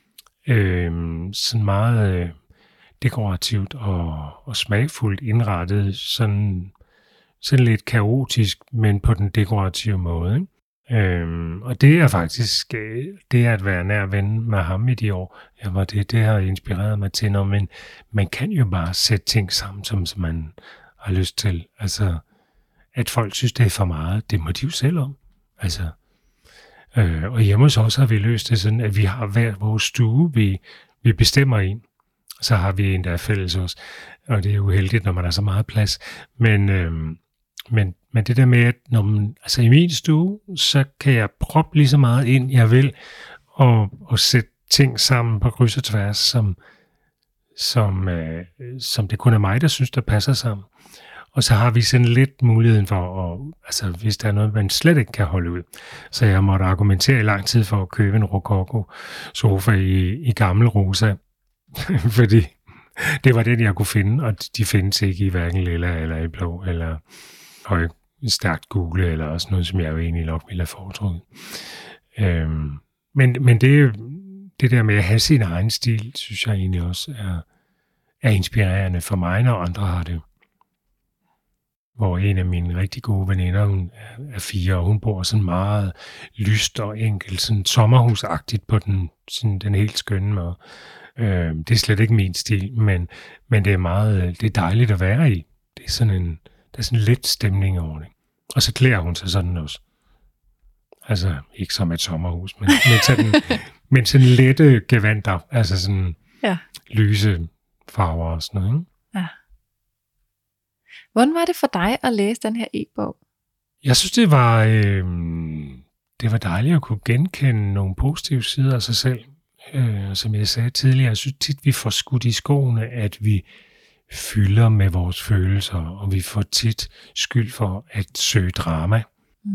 Sådan meget dekorativt og smagfuldt indrettet. Sådan lidt kaotisk, men på den dekorative måde. Ikke? Og det er faktisk, det at være nær ven med ham i de år, det har inspireret mig til, men man kan jo bare sætte ting sammen, som man har lyst til. Altså, at folk synes, det er for meget, det må de jo selv om. Altså, og hjemme hos os har vi løst det sådan, at vi har hver vores stue, vi bestemmer i. Så har vi en, der er fælles også, og det er jo heldigt, når man har så meget plads. Men det der med, at når man, altså i min stue, så kan jeg proppe lige så meget ind, jeg vil, og sætte ting sammen på kryds og tværs, som det kun er mig, der synes, der passer sammen. Og så har vi sådan lidt muligheden for, altså hvis der er noget, man slet ikke kan holde ud. Så jeg måtte argumentere i lang tid for at købe en rokoko-sofa i gammel rosa, fordi det var det, jeg kunne finde, og de findes ikke i hverken lilla eller i blå, eller stærkt gule, eller også noget, som jeg jo egentlig nok ville have foretrukket. Men det der med at have sin egen stil, synes jeg egentlig også er inspirerende for mig, når andre har det. Hvor en af mine rigtig gode veninder, hun er 4, og hun bor sådan meget lyst og enkelt, sådan sommerhusagtigt på den helt skønne måde. Det er slet ikke min stil, men det er dejligt at være i. Det er sådan en let stemning over det. Og så klæder hun sig sådan også. Altså, ikke som et sommerhus, men sådan lette gevanter, altså sådan lyse farver og sådan noget. Ikke? Ja. Hvordan var det for dig at læse den her e-bog? Jeg synes, det var dejligt at kunne genkende nogle positive sider af sig selv. Som jeg sagde tidligere, jeg synes tit, vi får skudt i skoene, at vi fylder med vores følelser, og vi får tit skyld for at søge drama.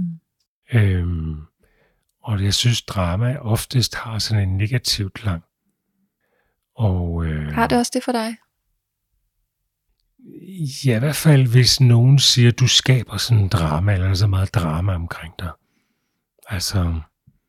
Og jeg synes, drama oftest har sådan en negativ klang. Og, har det også det for dig? Ja, i hvert fald, hvis nogen siger, at du skaber sådan en drama, eller så meget drama omkring dig. Altså,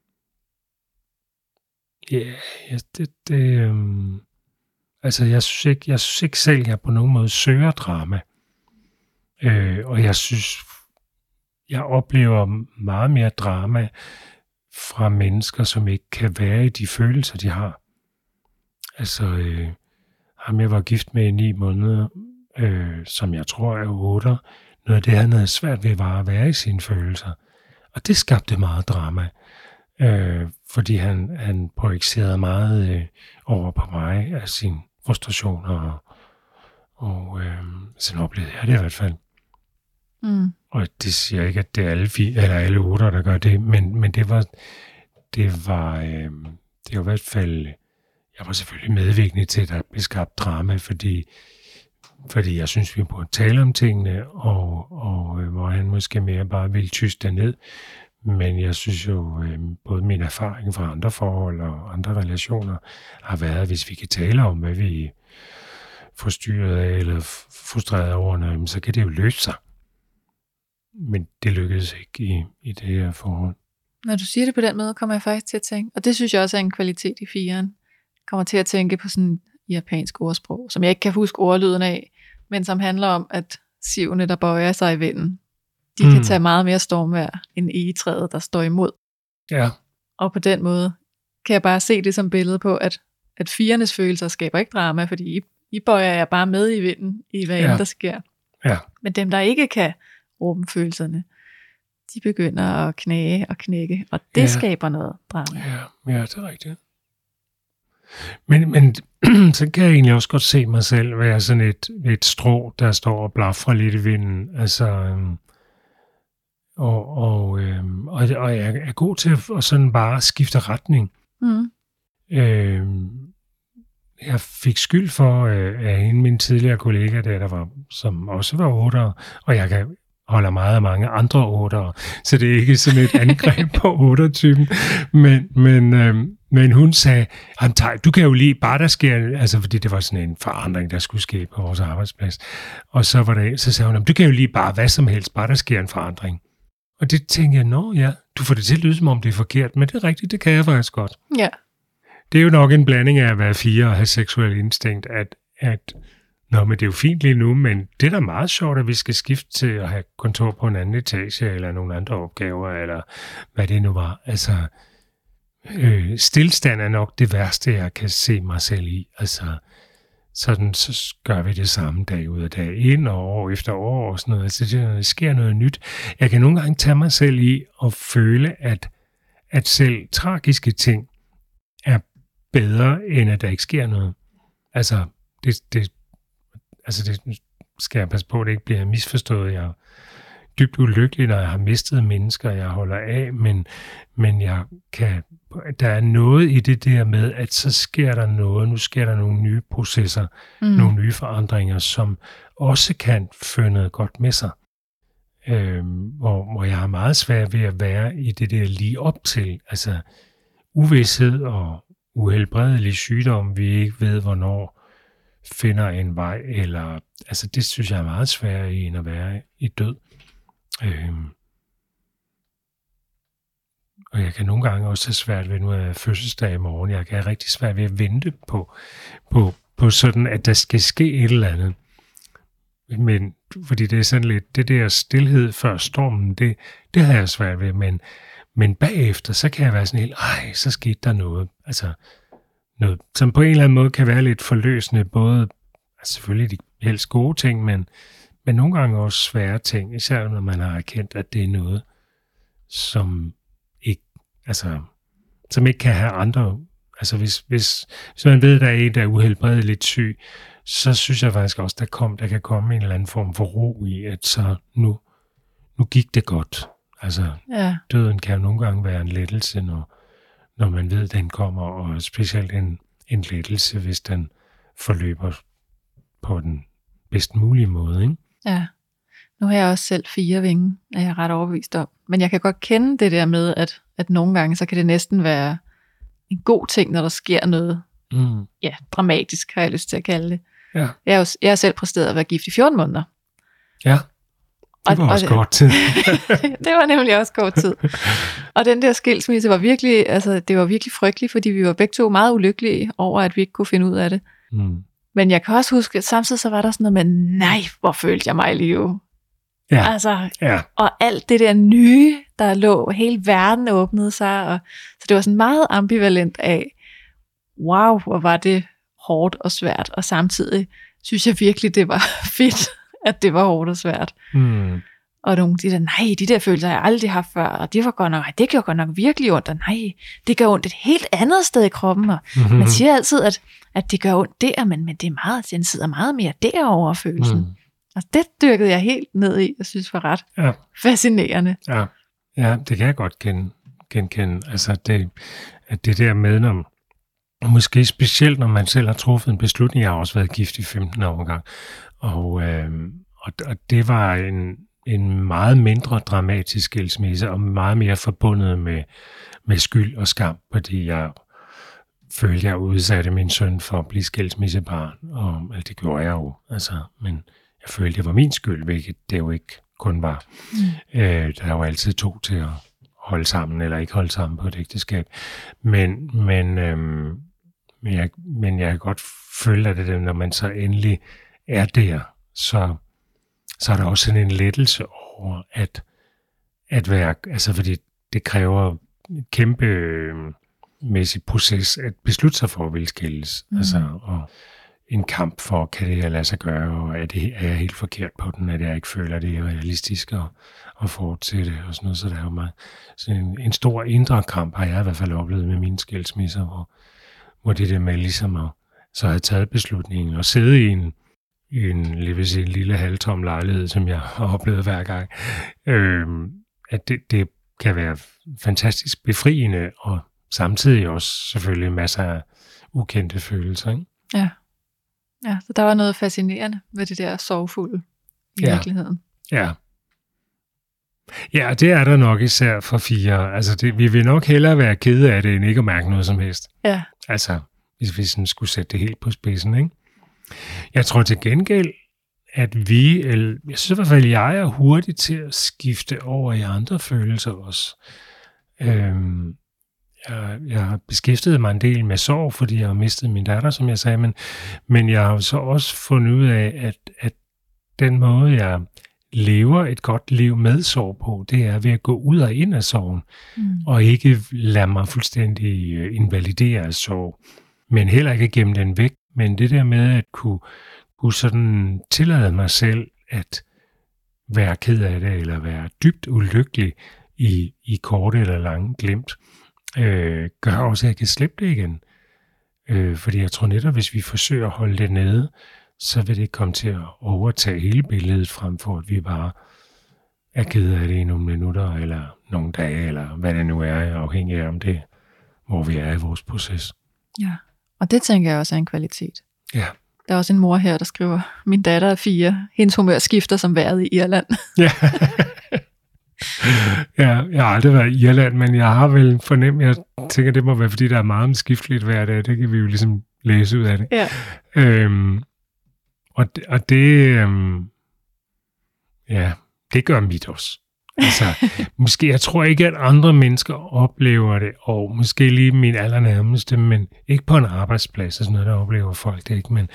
altså jeg synes ikke selv, jeg på nogen måde søger drama. Og jeg synes, jeg oplever meget mere drama fra mennesker, som ikke kan være i de følelser, de har. Altså, ham jeg var gift med i 9 måneder, som jeg tror er 8, noget af det, han havde svært ved, var at være i sine følelser. Og det skabte meget drama, fordi han projicerede meget over på mig af sine frustrationer, og sådan oplevede jeg det i hvert fald. Og det siger ikke, at det er alle 8, der gør det, men det var i hvert fald, jeg var selvfølgelig medvirkende til, at der blev skabt drama, fordi jeg synes, vi burde tale om tingene, og hvor han måske mere bare ville tyste det ned. Men jeg synes jo, både min erfaring fra andre forhold og andre relationer har været, hvis vi kan tale om, hvad vi er forstyrret af eller frustreret over, så kan det jo løse sig. Men det lykkedes ikke i det her forhold. Når du siger det på den måde, kommer jeg faktisk til at tænke, og det synes jeg også er en kvalitet i 4'eren, kommer til at tænke på sådan japansk ordsprog, som jeg ikke kan huske ordlyden af, men som handler om, at sivene, der bøjer sig i vinden, de kan tage meget mere stormvejr end egetræet, der står imod. Ja. Og på den måde kan jeg bare se det som billede på, at 4'ernes følelser skaber ikke drama, fordi I bøjer jer bare med i vinden, i hvad end der sker. Ja. Men dem, der ikke kan råbe følelserne, de begynder at knage og knække, og det skaber noget drama. Ja, det er rigtigt. Men så kan jeg egentlig også godt se mig selv være sådan et strå, der står og blafrer lidt i vinden. Altså, og jeg er god til at sådan bare skifte retning. Jeg fik skyld for af en af mine tidligere kollegaer, som også var 8'er, og jeg kan holder meget af mange andre 8'ere, så det er ikke sådan et angreb på 8'er-typen. Men hun sagde, du kan jo lige bare, der sker, altså fordi det var sådan en forandring, der skulle ske på vores arbejdsplads. Og så sagde hun, du kan jo lige bare hvad som helst, bare der sker en forandring. Og det tænkte jeg, ja, du får det til at lyde, som om det er forkert, men det er rigtigt, det kan jeg faktisk godt. Ja. Det er jo nok en blanding af at være 4 og have seksuel instinkt, men det er jo fint lige nu, men det er da meget sjovt, at vi skal skifte til at have kontor på en anden etage, eller nogle andre opgaver, eller hvad det nu var. Altså, stilstand er nok det værste, jeg kan se mig selv i. Altså, så gør vi det samme dag ud af dag ind, og år efter år, og sådan noget. Altså, det sker noget nyt. Jeg kan nogle gange tage mig selv i og føle, at selv tragiske ting er bedre, end at der ikke sker noget. Altså, det skal jeg passe på, at det ikke bliver misforstået. Jeg er dybt ulykkelig, når jeg har mistet mennesker, jeg holder af, men der er noget i det der med, at så sker der noget, nu sker der nogle nye processer, nogle nye forandringer, som også kan føre noget godt med sig. Hvor jeg har meget svært ved at være i det der lige op til, altså uvished og uhelbredelig sygdom, vi ikke ved, hvornår finder en vej, eller altså det synes jeg er meget svært end at være i død. Og jeg kan nogle gange også have svært ved, nu er fødselsdag i morgen, jeg kan have rigtig svært ved at vente på sådan, at der skal ske et eller andet. Men fordi det er sådan lidt, det der stilhed før stormen, det har jeg svært ved, men bagefter, så kan jeg være sådan helt, så skete der noget. Altså noget, som på en eller anden måde kan være lidt forløsende, både altså selvfølgelig de helst gode ting, men nogle gange også svære ting, især når man har erkendt, at det er noget, som ikke kan have andre. Altså hvis man ved, at der er en, der er uhelbredeligt syg, så synes jeg faktisk også, der kan komme en eller anden form for ro i, at så nu gik det godt. Altså døden kan jo nogle gange være en lettelse, når man ved, at den kommer, og specielt en lettelse, hvis den forløber på den bedst mulige måde, ikke? Ja. Nu har jeg også selv 4 vinge, er jeg ret overbevist om. Men jeg kan godt kende det der med, at nogle gange, så kan det næsten være en god ting, når der sker noget dramatisk, har jeg lyst til at kalde det. Ja. Jeg har selv præsteret at være gift i 14 måneder. Ja, det var også kort tid. Det var nemlig også kort tid. Og den der skilsmisse var virkelig, altså det var virkelig frygteligt, fordi vi var begge to meget ulykkelige over, at vi ikke kunne finde ud af det. Men jeg kan også huske, at samtidig så var der sådan noget med, nej, hvor følte jeg mig i live. Ja. Altså, og alt det der nye, der lå, hele verden åbnede sig, og så det var sådan meget ambivalent af, wow, hvor var det hårdt og svært, og samtidig synes jeg virkelig, det var fedt, at det var hårdt og svært. Og nogle de der følelser, jeg aldrig haft før, og det var godt nok, det gjorde godt nok virkelig ondt, og nej, det gør ondt et helt andet sted i kroppen, og man siger altid, at det gør ondt der, men det er meget, den sidder meget mere derovre følelsen. Og det dyrkede jeg helt ned i, og synes var ret fascinerende. Ja, det kan jeg godt genkende. Altså det der med, når måske specielt, når man selv har truffet en beslutning. Jeg har også været gift i 15 år gang, og det var en meget mindre dramatisk skilsmisse, og meget mere forbundet med skyld og skam, fordi jeg følte, jeg udsatte min søn for at blive skilsmissebarn, og det gjorde jeg jo, altså, men jeg følte, det var min skyld, hvilket det jo ikke kun var. Der er jo altid 2 til at holde sammen, eller ikke holde sammen på et ægteskab. Men jeg kan godt føle, at det, når man så endelig er der, så er der også sådan en lettelse over at være, altså fordi det kræver en kæmpe mæssig proces at beslutte sig for at ville skilles. Altså, og en kamp for, kan det her lade sig gøre, og er jeg helt forkert på den, at jeg ikke føler, at det er realistisk at fortsætte, og sådan noget. Så der er jo meget, sådan en stor indre kamp, har jeg i hvert fald oplevet med mine skilsmisser, hvor det der med ligesom at så have taget beslutningen og sidde i en lille halvtom lejlighed, som jeg har oplevet hver gang, at det kan være fantastisk befriende, og samtidig også selvfølgelig masser af ukendte følelser, ikke? Ja, så der var noget fascinerende ved det der sorgfulde i virkeligheden. Ja. Ja, det er der nok især for 4. Altså, vi vil nok hellere være kede af det, end ikke at mærke noget som helst. Ja. Altså, hvis vi sådan skulle sætte det helt på spidsen, ikke? Jeg tror til gengæld, at jeg synes i hvert fald, at jeg er hurtig til at skifte over i andre følelser også. Jeg har beskæftiget mig en del med sorg, fordi jeg har mistet min datter, som jeg sagde, men jeg har så også fundet ud af, at den måde, jeg lever et godt liv med sorg på, det er ved at gå ud og ind af sorgen, og ikke lade mig fuldstændig invalidere af sorg, men heller ikke gemme den væk. Men det der med at kunne sådan tillade mig selv at være ked af det, eller være dybt ulykkelig i korte eller lange glimt, gør også, at jeg kan slippe det igen. Fordi jeg tror netop, hvis vi forsøger at holde det nede, så vil det ikke komme til at overtage hele billedet, frem for at vi bare er ked af det i nogle minutter, eller nogle dage, eller hvad det nu er, afhængig af om det, hvor vi er i vores proces. Ja, og det tænker jeg også er en kvalitet. Ja. Der er også en mor her, der skriver, min datter er 4, hendes humør skifter som vejret i Irland. Ja. Ja, jeg har aldrig været i Irland, men jeg har vel fornemt, jeg tænker, det må være, fordi der er meget skifteligt hver dag. Det kan vi jo ligesom læse ud af det. Ja. Og det, det gør mit også. Altså, måske, jeg tror ikke, at andre mennesker oplever det, og måske lige min allernærmeste, men ikke på en arbejdsplads og sådan noget, der oplever folk det ikke,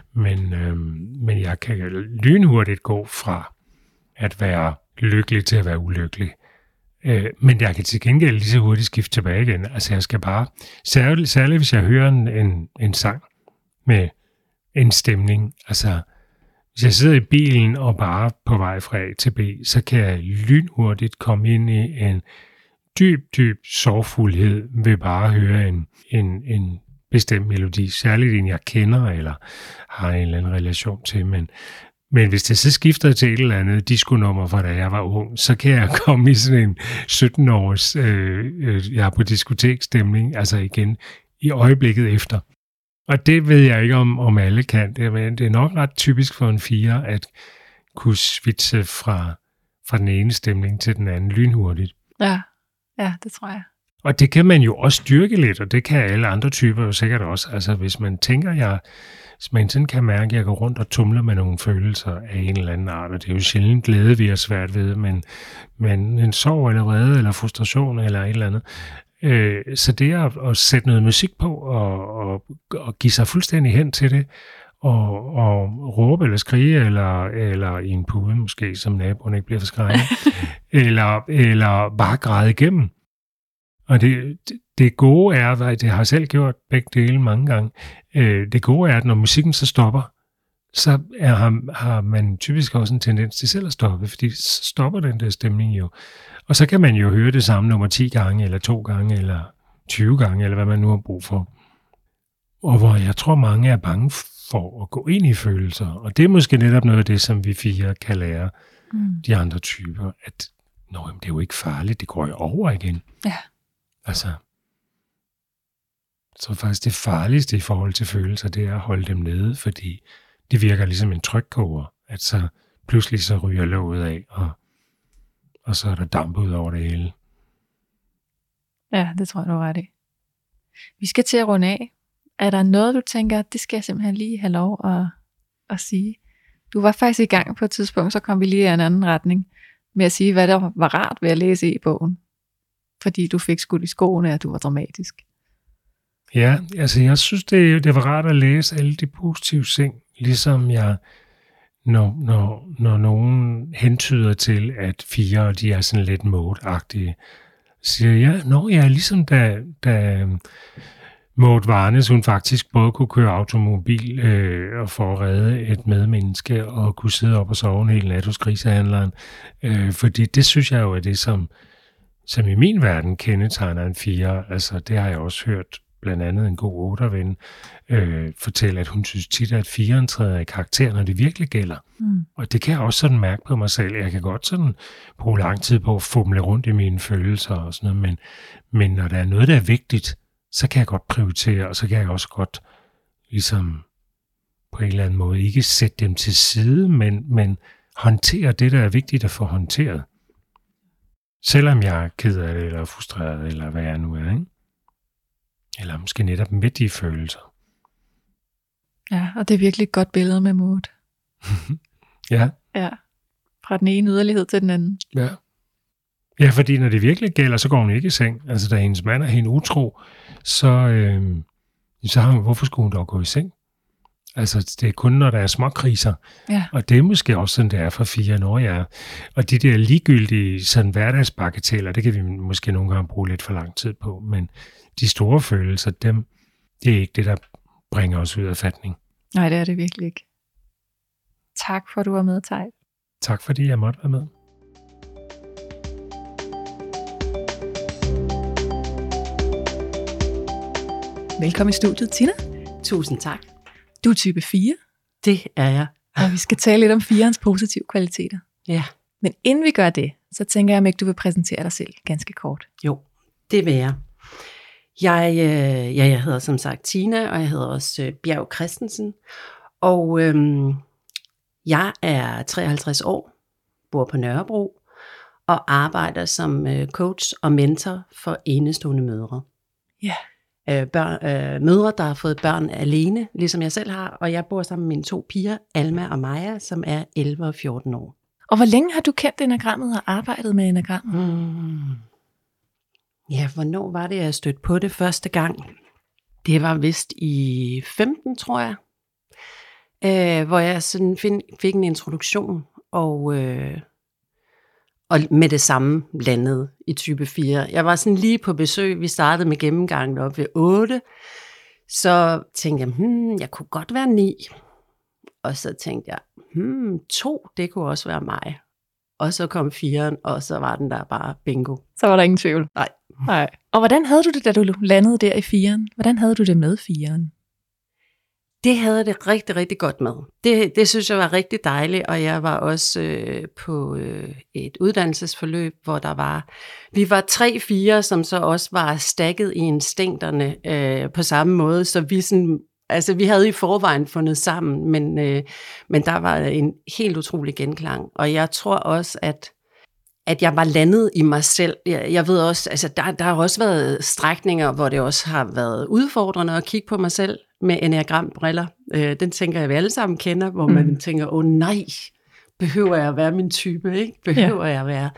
men jeg kan lynhurtigt gå fra at være lykkelig til at være ulykkelig. Men jeg kan til gengæld lige så hurtigt skifte tilbage igen. Altså jeg skal bare, særligt hvis jeg hører en sang med en stemning, altså hvis jeg sidder i bilen og bare på vej fra A til B, så kan jeg lynhurtigt komme ind i en dyb sorgfuldhed ved bare at høre en bestemt melodi, særligt en jeg kender eller har en eller anden relation til, men hvis det så skifter til et eller andet disco-nummer fra da jeg var ung, så kan jeg komme i sådan en 17-års, jeg er på diskotekstemning, altså igen i øjeblikket efter. Og det ved jeg ikke, om alle kan. Det er nok ret typisk for en 4 at kunne switche fra den ene stemning til den anden lynhurtigt. Ja, det tror jeg. Og det kan man jo også styrke lidt, og det kan alle andre typer jo sikkert også. Altså hvis man tænker, hvis man sådan kan mærke, at jeg går rundt og tumler med nogle følelser af en eller anden art, og det er jo sjældent glæde, vi er svært ved, men en sorg eller vrede eller frustration eller et eller andet. Så det at sætte noget musik på og give sig fuldstændig hen til det, og råbe eller skrige, eller i en pude måske, som naboen ikke bliver forskrækket, eller bare græde igennem. Og det gode er, det har jeg selv gjort begge dele mange gange, det gode er, at når musikken så stopper, så har man typisk også en tendens til selv at stoppe, fordi så stopper den der stemning jo. Og så kan man jo høre det samme nummer 10 gange, eller 2 gange, eller 20 gange, eller hvad man nu har brug for. Og hvor jeg tror, mange er bange for at gå ind i følelser. Og det er måske netop noget af det, som vi 4 kan lære de andre typer, at det er jo ikke farligt, det går jo over igen. Ja. Altså, så faktisk det farligste i forhold til følelser, det er at holde dem nede, fordi det virker ligesom en trykkoger, at så pludselig så ryger låget af, og så er der damp ud over det hele. Ja, det tror jeg, du er ret i. Vi skal til at runde af. Er der noget, du tænker, det skal jeg simpelthen lige have lov at sige? Du var faktisk i gang på et tidspunkt, så kom vi lige i en anden retning med at sige, hvad der var rart ved at læse i bogen. Fordi du fik skudt i skoene, at du var dramatisk. Ja, altså jeg synes, det var rart at læse alle de positive ting, ligesom jeg, når nogen hentyder til, at 4 de er sådan lidt mode-agtige, siger jeg, ligesom da Maud Varnes, hun faktisk både kunne køre automobil og få at redde et medmenneske, og kunne sidde op og sove en hel nat hos grisehandleren. Fordi det synes jeg jo er det, som i min verden kendetegner en 4. Altså det har jeg også hørt blandt andet en god 8'er-ven fortælle, at hun synes tit, at 4'eren træder i karakter, når det virkelig gælder. Og det kan jeg også sådan mærke på mig selv. Jeg kan godt sådan bruge lang tid på at fumle rundt i mine følelser og sådan noget, men når der er noget, der er vigtigt, så kan jeg godt prioritere, og så kan jeg også godt ligesom på en eller anden måde ikke sætte dem til side, men håndtere det, der er vigtigt at få håndteret. Selvom jeg er ked af det, eller frustreret, eller hvad jeg nu er, ikke? Eller måske netop midt i følelser. Ja, og det er virkelig et godt billede med Maud. Ja. Ja, fra den ene yderlighed til den anden. Ja. Ja, fordi når det virkelig gælder, så går hun ikke i seng. Altså, da hendes mand er hende utro, så har hun, hvorfor skulle hun dog gå i seng? Altså, det er kun, når der er småkriser. Ja. Og det er måske også sådan, det er for 4 år, ja. Og de der ligegyldige sådan hverdagsbagateller, det kan vi måske nogle gange bruge lidt for lang tid på. Men de store følelser, det er ikke det, der bringer os ud af fatning. Nej, det er det virkelig ikke. Tak for, at du var med, Tej. Tak fordi jeg måtte være med. Velkommen i studiet, Tina. Tusind tak. Du er type 4, Det er jeg. og vi skal tale lidt om 4'ernes positive kvaliteter. Ja. Men inden vi gør det, så tænker jeg, om ikke du vil præsentere dig selv ganske kort. Jo, det vil jeg. Jeg hedder som sagt Tina, og jeg hedder også Bjerg Christensen. Og jeg er 53 år, bor på Nørrebro, og arbejder som coach og mentor for enestående mødre. Ja. Mødre, der har fået børn alene, ligesom jeg selv har, og jeg bor sammen med mine 2 piger, Alma og Maja, som er 11 og 14 år. Og hvor længe har du kendt enagrammet og arbejdet med enagrammet? Ja, hvornår var det, jeg stødte på det første gang? Det var vist i 15, tror jeg, hvor jeg sådan fik en introduktion, og med det samme landede i type 4. Jeg var sådan lige på besøg, vi startede med gennemgangen op ved 8, så tænkte jeg, jeg kunne godt være 9. Og så tænkte jeg, 2, det kunne også være mig. Og så kom 4'eren, og så var den der bare bingo. Så var der ingen tvivl. Nej. Og hvordan havde du det, da du landede der i 4'eren? Hvordan havde du det med 4'eren? Det havde det rigtig, rigtig godt med. Det synes jeg var rigtig dejligt, og jeg var også på et uddannelsesforløb, hvor vi var 3-4, som så også var stakket i instinkterne på samme måde, så vi havde i forvejen fundet sammen, men der var en helt utrolig genklang, og jeg tror også, at jeg var landet i mig selv. Jeg ved også, altså der har også været strækninger, hvor det også har været udfordrende at kigge på mig selv med enagrambriller. Den tænker jeg, vi alle sammen kender, hvor man tænker, nej, behøver jeg at være min type, ikke? Behøver jeg at være?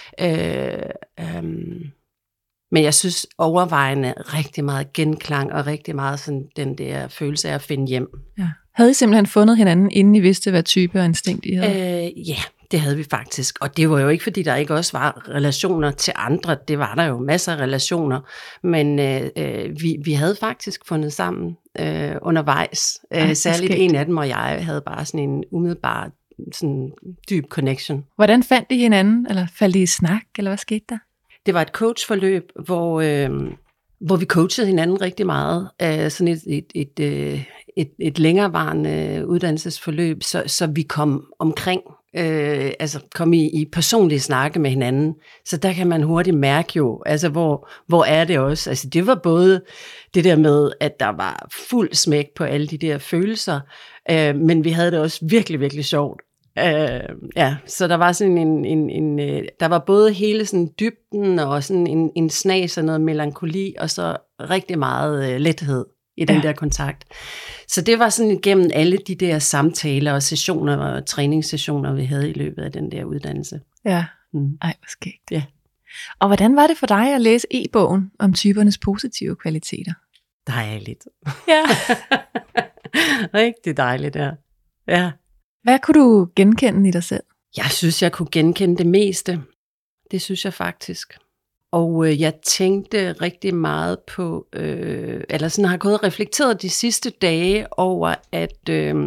Men jeg synes overvejende rigtig meget genklang, og rigtig meget sådan den der følelse af at finde hjem. Ja. Havde I simpelthen fundet hinanden, inden I vidste, hvad type og instinkt I havde? Ja, det havde vi faktisk. Og det var jo ikke, fordi der ikke også var relationer til andre. Det var der jo masser af relationer. Men vi havde faktisk fundet sammen undervejs. Særligt en af dem og jeg havde bare sådan en umiddelbar sådan dyb connection. Hvordan fandt I hinanden? Eller faldt I i snak? Eller hvad skete der? Det var et coachforløb, hvor vi coachede hinanden rigtig meget. Sådan et længerevarende uddannelsesforløb, så vi kom omkring, kom i personlige snakke med hinanden. Så der kan man hurtigt mærke jo, altså hvor er det også. Altså det var både det der med, at der var fuld smæk på alle de der følelser, men vi havde det også virkelig, virkelig sjovt. Så der var sådan der var både hele sådan dybden og sådan en snas af noget melankoli, og så rigtig meget lethed i den der kontakt. Så det var sådan gennem alle de der samtaler og sessioner og træningssessioner, vi havde i løbet af den der uddannelse. Ja, ej, hvor skægt. Ja. Og hvordan var det for dig at læse e-bogen om typernes positive kvaliteter? Dejligt. Ja. Rigtig dejligt, ja. Hvad kunne du genkende i dig selv? Jeg synes, jeg kunne genkende det meste. Det synes jeg faktisk. Og jeg tænkte rigtig meget på, eller sådan har gået og reflekteret de sidste dage over, at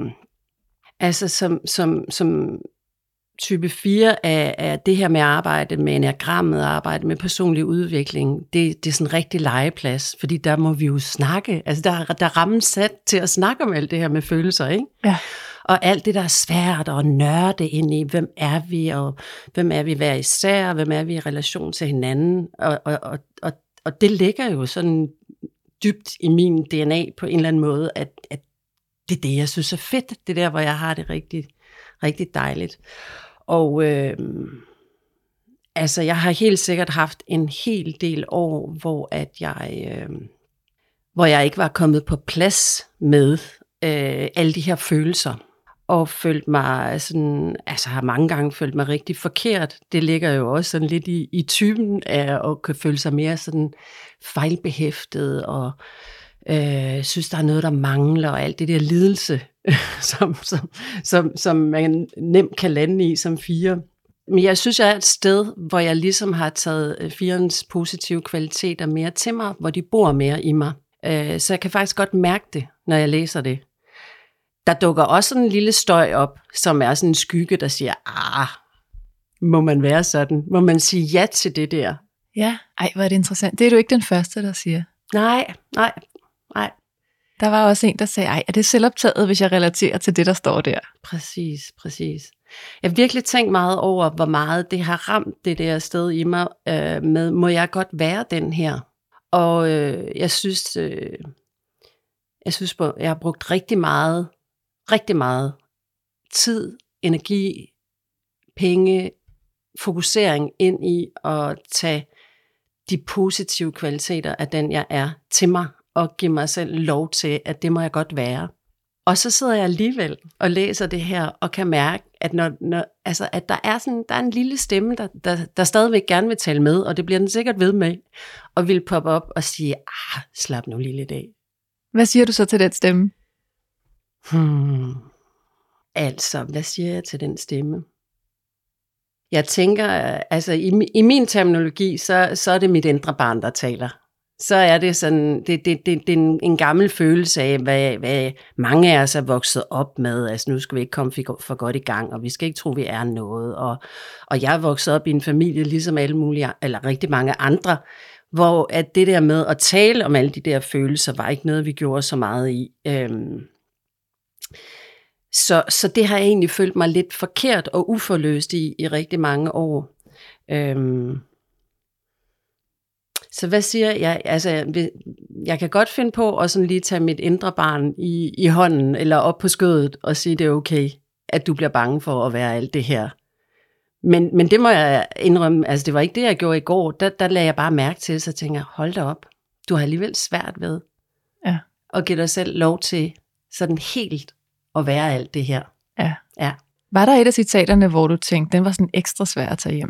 som type 4 er det her med at arbejde med enagrammet, arbejde med personlig udvikling, det er sådan en rigtig legeplads, fordi der må vi jo snakke. Altså der er rammen sat til at snakke om alt det her med følelser, ikke? Ja. Og alt det, der er svært at nørde ind i, hvem er vi, og hvem er vi hver især, hvem er vi i relation til hinanden. Og det ligger jo sådan dybt i min DNA på en eller anden måde, at det er det, jeg synes er fedt. Det er der, hvor jeg har det rigtig, rigtig dejligt. Og Altså, jeg har helt sikkert haft en hel del år, hvor jeg ikke var kommet på plads med alle de her følelser, og følt mig sådan, altså har mange gange følt mig rigtig forkert. Det ligger jo også sådan lidt i typen af at kunne føle sig mere sådan fejlbehæftet, og synes, der er noget, der mangler, og alt det der lidelse, som man nemt kan lande i som 4. Men jeg synes, jeg er et sted, hvor jeg ligesom har taget 4'ernes positive kvaliteter mere til mig, hvor de bor mere i mig. Så jeg kan faktisk godt mærke det, når jeg læser det. Der dukker også sådan en lille støj op, som er sådan en skygge, der siger, må man være sådan? Må man sige ja til det der? Ja, hvor er det interessant. Det er du ikke den første, der siger. Nej. Der var også en, der sagde, er det selvoptaget, hvis jeg relaterer til det, der står der? Præcis. Jeg har virkelig tænkt meget over, hvor meget det har ramt det der sted i mig med, må jeg godt være den her? Og jeg synes, jeg har brugt rigtig meget tid, energi, penge, fokusering ind i at tage de positive kvaliteter af den, jeg er, til mig, og give mig selv lov til, at det må jeg godt være. Og så sidder jeg alligevel og læser det her, og kan mærke, at at der er en lille stemme, der stadigvæk gerne vil tale med, og det bliver den sikkert ved med, og vil poppe op og sige, slap nu lige lidt af. Hvad siger du så til den stemme? Altså, hvad siger jeg til den stemme? Jeg tænker, altså i min terminologi, så er det mit indre barn, der taler. Så er det sådan, det er en gammel følelse af, hvad mange af os er vokset op med. Altså nu skal vi ikke komme for godt i gang, og vi skal ikke tro, vi er noget. Og jeg er vokset op i en familie, ligesom alle mulige, eller rigtig mange andre, hvor at det der med at tale om alle de der følelser, var ikke noget, vi gjorde så meget i. Så det har jeg egentlig følt mig lidt forkert og uforløst i rigtig mange år. Så hvad siger jeg? Altså, jeg kan godt finde på at sådan lige tage mit indre barn i hånden, eller op på skødet, og sige, det er okay, at du bliver bange for at være alt det her. Men det må jeg indrømme, altså det var ikke det, jeg gjorde i går. Der lagde jeg bare mærke til, så tænker jeg, hold da op, du har alligevel svært ved at give dig selv lov til sådan helt at være alt det her. Ja. Var der et af citaterne, hvor du tænkte, den var sådan ekstra svær at tage hjem?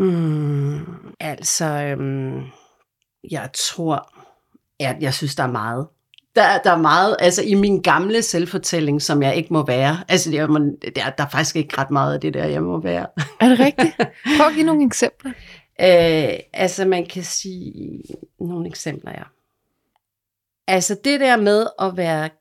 Jeg tror, jeg synes, der er meget. Der er meget, altså i min gamle selvfortælling, som jeg ikke må være. Altså der er faktisk ikke ret meget af det der, jeg må være. Er det rigtigt? Prøv at give nogle eksempler. Altså man kan sige nogle eksempler, ja. Altså det der med at være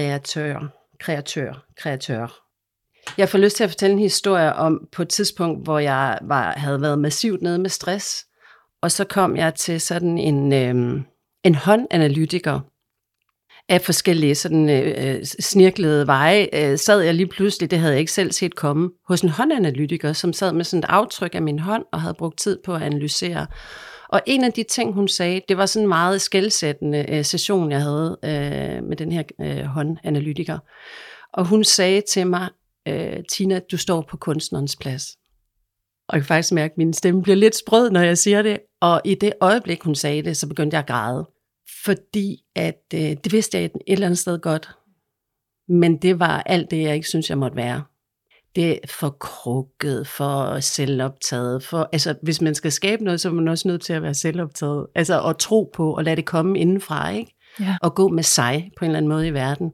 kreatør. Jeg får lyst til at fortælle en historie om på et tidspunkt, hvor jeg havde været massivt nede med stress, og så kom jeg til sådan en håndanalytiker af forskellige sådan snirklede veje. Sad jeg lige pludselig, det havde jeg ikke selv set komme, hos en håndanalytiker, som sad med sådan et aftryk af min hånd og havde brugt tid på at analysere. Og en af de ting, hun sagde, det var sådan en meget skelsættende session, jeg havde med den her håndanalytiker. Og hun sagde til mig, Tina, du står på kunstnerens plads. Og jeg kan faktisk mærke, at min stemme bliver lidt sprød, når jeg siger det. Og i det øjeblik, hun sagde det, så begyndte jeg at græde. Fordi at det vidste jeg et eller andet sted godt. Men det var alt det, jeg ikke synes, jeg måtte være. Det er for krukket, for selvoptaget. Altså, hvis man skal skabe noget, så er man også nødt til at være selvoptaget. Altså at tro på og lade det komme indenfra, ikke? Ja. Og gå med sig på en eller anden måde i verden.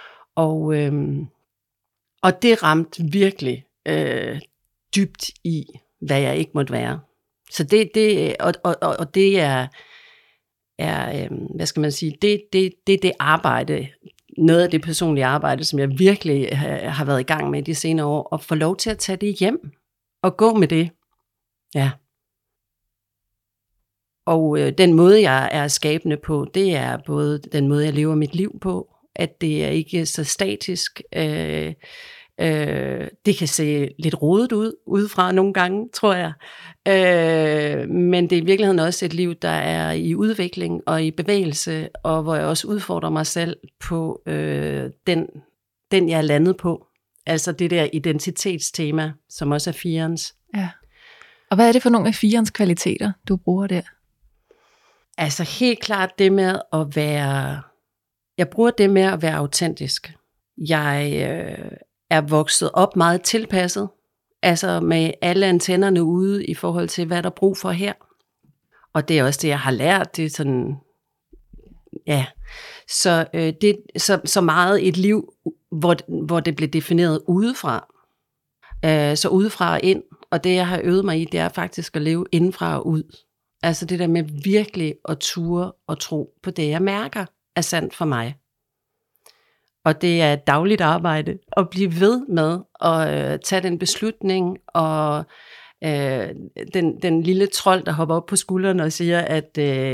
Og det ramte virkelig dybt i, hvad jeg ikke måtte være. Så det er hvad skal man sige, det arbejde, noget af det personlige arbejde, som jeg virkelig har været i gang med de senere år, og få lov til at tage det hjem og gå med det. Ja. Og den måde, jeg er skabende på, det er både den måde, jeg lever mit liv på, at det er ikke så statisk. Det kan se lidt rodet ud udefra nogle gange, tror jeg. Men det er i virkeligheden også et liv, der er i udvikling og i bevægelse, og hvor jeg også udfordrer mig selv på den jeg er landet på. Altså det der identitetstema, som også er 4'ernes. Ja. Og hvad er det for nogle af 4'ernes kvaliteter, du bruger der? Altså helt klart det med at være... Jeg bruger det med at være autentisk. Jeg er vokset op meget tilpasset, altså med alle antennerne ude i forhold til, hvad der er brug for her. Og det er også det, jeg har lært. Det er sådan, ja. Så det er så meget et liv, hvor det blev defineret udefra. Så udefra og ind. Og det, jeg har øvet mig i, det er faktisk at leve indenfra og ud. Altså det der med virkelig at ture og tro på det, jeg mærker, er sandt for mig. Og det er et dagligt arbejde at blive ved med at tage den beslutning, og den lille trold, der hopper op på skulderen og siger, at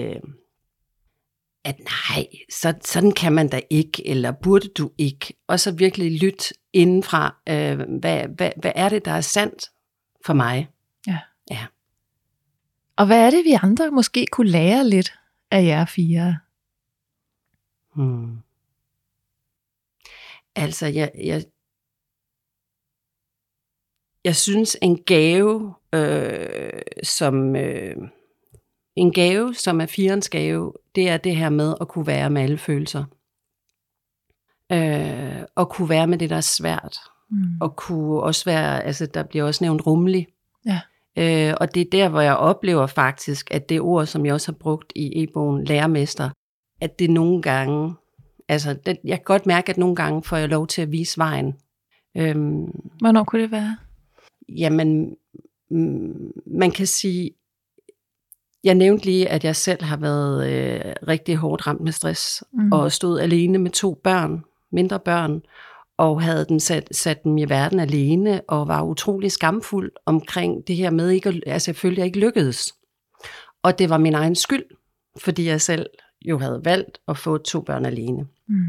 nej, sådan kan man da ikke, eller burde du ikke. Og så virkelig lytte indenfra, hvad er det, der er sandt for mig? Ja. Og hvad er det, vi andre måske kunne lære lidt af jer 4? Altså, jeg synes, en gave, som er 4'ernes gave, det er det her med at kunne være med alle følelser. Og kunne være med det, der er svært. Og kunne også være, altså der bliver også nævnt rummelig. Ja. Og det er der, hvor jeg oplever faktisk, at det ord, som jeg også har brugt i e-bogen, lærermester, at det nogle gange, altså jeg kan godt mærke, at nogle gange får jeg lov til at vise vejen. Hvornår kunne det være? Jamen, man kan sige, jeg nævnte lige, at jeg selv har været rigtig hårdt ramt med stress, og stod alene med 2 børn, mindre børn, og havde dem sat dem i verden alene, og var utrolig skamfuld omkring det her med, jeg selvfølgelig ikke lykkedes. Og det var min egen skyld, fordi jeg selv jo havde valgt at få 2 børn alene.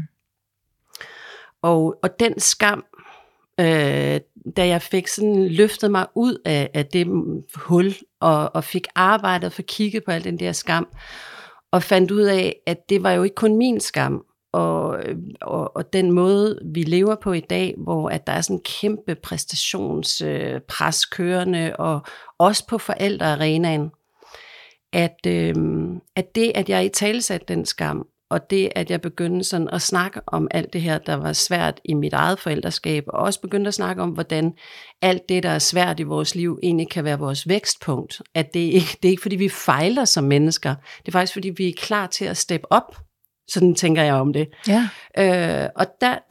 Og den skam, da jeg fik sådan løftet mig ud af det hul, og fik arbejdet og fik kigget på al den der skam, og fandt ud af, at det var jo ikke kun min skam, og den måde, vi lever på i dag, hvor at der er sådan en kæmpe præstationspres kørende, og også på forældrearenaen, at det, at jeg italesatte den skam, og det, at jeg begyndte sådan at snakke om alt det her, der var svært i mit eget forældreskab, og også begyndte at snakke om, hvordan alt det, der er svært i vores liv, egentlig kan være vores vækstpunkt. At det er ikke, fordi vi fejler som mennesker. Det er faktisk, fordi vi er klar til at steppe op. Sådan tænker jeg om det. Ja. Og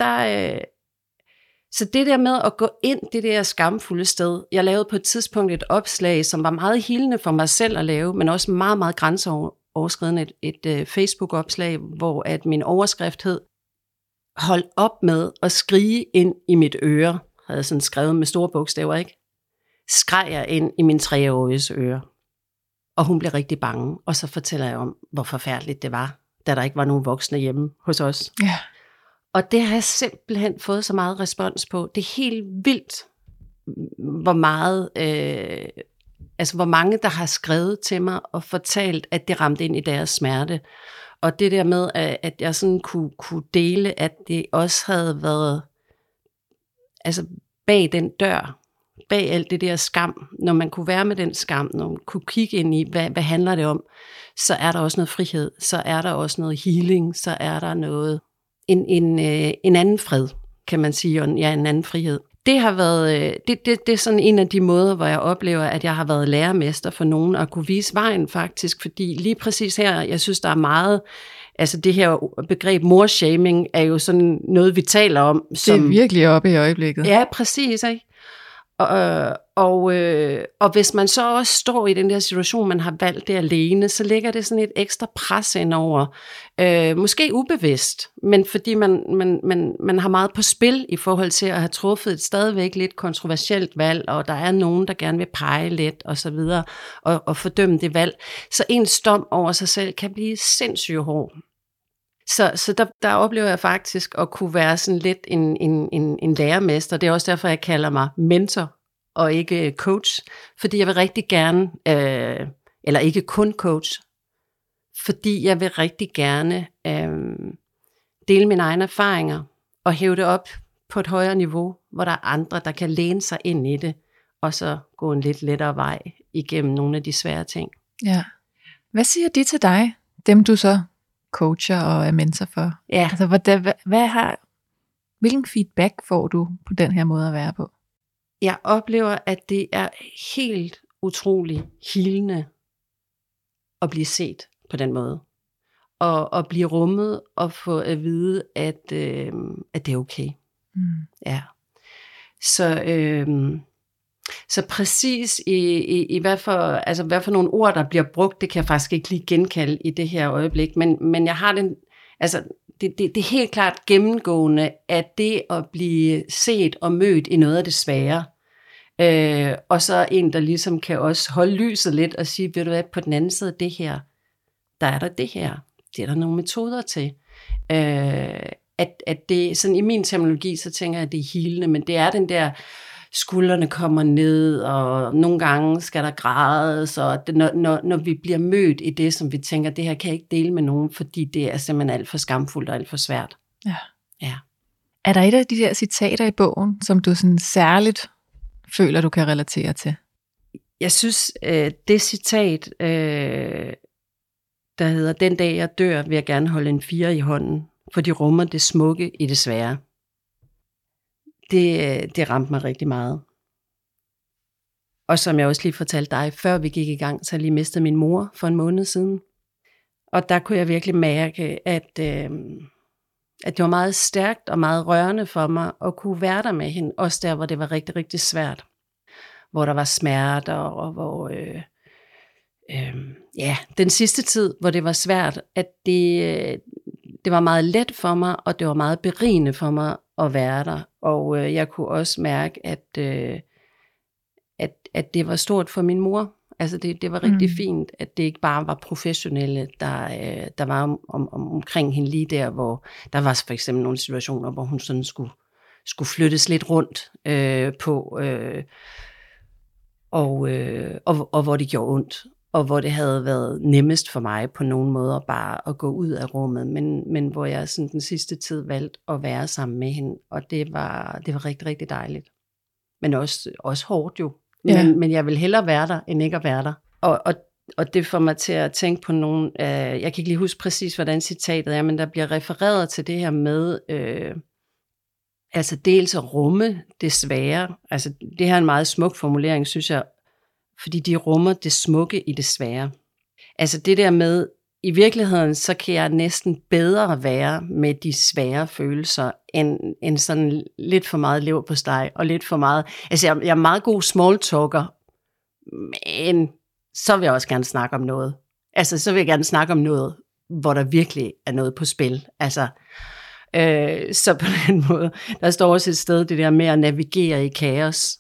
så det der med at gå ind det der skamfulde sted. Jeg lavede på et tidspunkt et opslag, som var meget healende for mig selv at lave, men også meget, meget grænseoverskridende et Facebook-opslag, hvor at min overskrift hed, hold op med at skrige ind i mit øre. Havde sådan skrevet med store bogstaver, ikke? Skreg jeg ind i min 3-åriges øre. Og hun blev rigtig bange. Og så fortæller jeg om, hvor forfærdeligt det var, da der ikke var nogen voksne hjemme hos os. Ja. Og det har jeg simpelthen fået så meget respons på. Det er helt vildt, hvor meget, hvor mange, der har skrevet til mig og fortalt, at det ramte ind i deres smerte. Og det der med, at jeg sådan kunne dele, at det også havde været bag den dør, bag alt det der skam, når man kunne være med den skam, når man kunne kigge ind i, hvad handler det om, så er der også noget frihed, så er der også noget healing, så er der noget, en anden fred, kan man sige, og en anden frihed. Det har været, det er sådan en af de måder, hvor jeg oplever, at jeg har været lærermester for nogen, og kunne vise vejen faktisk, fordi lige præcis her, jeg synes, der er meget, altså det her begreb morshaming er jo sådan noget, vi taler om. Som, det er virkelig oppe i øjeblikket. Ja, præcis, ikke? Og hvis man så også står i den der situation, man har valgt det alene, så ligger det sådan et ekstra pres indover. Måske ubevidst, men fordi man har meget på spil i forhold til at have truffet et stadigvæk lidt kontroversielt valg, og der er nogen, der gerne vil pege lidt og så videre, og fordømme det valg. Så ens dom over sig selv kan blive sindssygt hård. Så der oplever jeg faktisk at kunne være sådan lidt en lærermester. Det er også derfor, jeg kalder mig mentor og ikke coach. Fordi jeg vil rigtig gerne, eller ikke kun coach, fordi jeg vil rigtig gerne dele mine egne erfaringer og hæve det op på et højere niveau, hvor der er andre, der kan læne sig ind i det og så gå en lidt lettere vej igennem nogle af de svære ting. Ja. Hvad siger de til dig, dem du så coacher og er mentor for? Ja. Altså, hvilken feedback får du på den her måde at være på? Jeg oplever, at det er helt utroligt healende at blive set på den måde. Og at blive rummet og få at vide, at det er okay. Ja. Så præcis i hvad for nogle ord, der bliver brugt, det kan jeg faktisk ikke lige genkalde i det her øjeblik. Men jeg har det er helt klart gennemgående, at det at blive set og mødt i noget af det svære, og så en, der ligesom kan også holde lyset lidt og sige, ved du hvad, på den anden side af det her, der er der det her. Det er der nogle metoder til. At det, sådan i min terminologi, så tænker jeg, at det er healende, men det er den der, skuldrene kommer ned, og nogle gange skal der grædes, og når vi bliver mødt i det, som vi tænker, det her kan jeg ikke dele med nogen, fordi det er simpelthen alt for skamfuldt og alt for svært. Ja. Er der et af de der citater i bogen, som du sådan særligt føler, du kan relatere til? Jeg synes, det citat, der hedder, den dag jeg dør, vil jeg gerne holde en 4 i hånden, for de rummer det smukke i det svære. Det ramte mig rigtig meget. Og som jeg også lige fortalte dig, før vi gik i gang, så jeg lige mistet min mor for en måned siden. Og der kunne jeg virkelig mærke, at det var meget stærkt og meget rørende for mig at kunne være der med hende, også der, hvor det var rigtig, rigtig svært. Hvor der var smerter, og hvor den sidste tid, hvor det var svært, at det var meget let for mig, og det var meget berigende for mig at være der. Og jeg kunne også mærke, at det var stort for min mor. Altså det var rigtig fint, at det ikke bare var professionelle, der var omkring hende lige der, hvor der var for eksempel nogle situationer, hvor hun sådan skulle flyttes lidt rundt og hvor det gjorde ondt. Og hvor det havde været nemmest for mig på nogle måder bare at gå ud af rummet, men hvor jeg sådan den sidste tid valgte at være sammen med hende, og det var rigtig, rigtig dejligt. Men også hårdt jo. Ja. Men jeg vil hellere være der, end ikke at være der. Og det får mig til at tænke på nogle, jeg kan ikke lige huske præcis, hvordan citatet er, men der bliver refereret til det her med, altså dels at rumme det svære. Altså det her er en meget smuk formulering, synes jeg, fordi de rummer det smukke i det svære. Altså det der med, i virkeligheden, så kan jeg næsten bedre være med de svære følelser, end sådan lidt for meget leverpostej, og lidt for meget, altså jeg er meget god small talker, men så vil jeg også gerne snakke om noget. Altså så vil jeg gerne snakke om noget, hvor der virkelig er noget på spil. Altså, så på den måde, der står også et sted, det der med at navigere i kaos,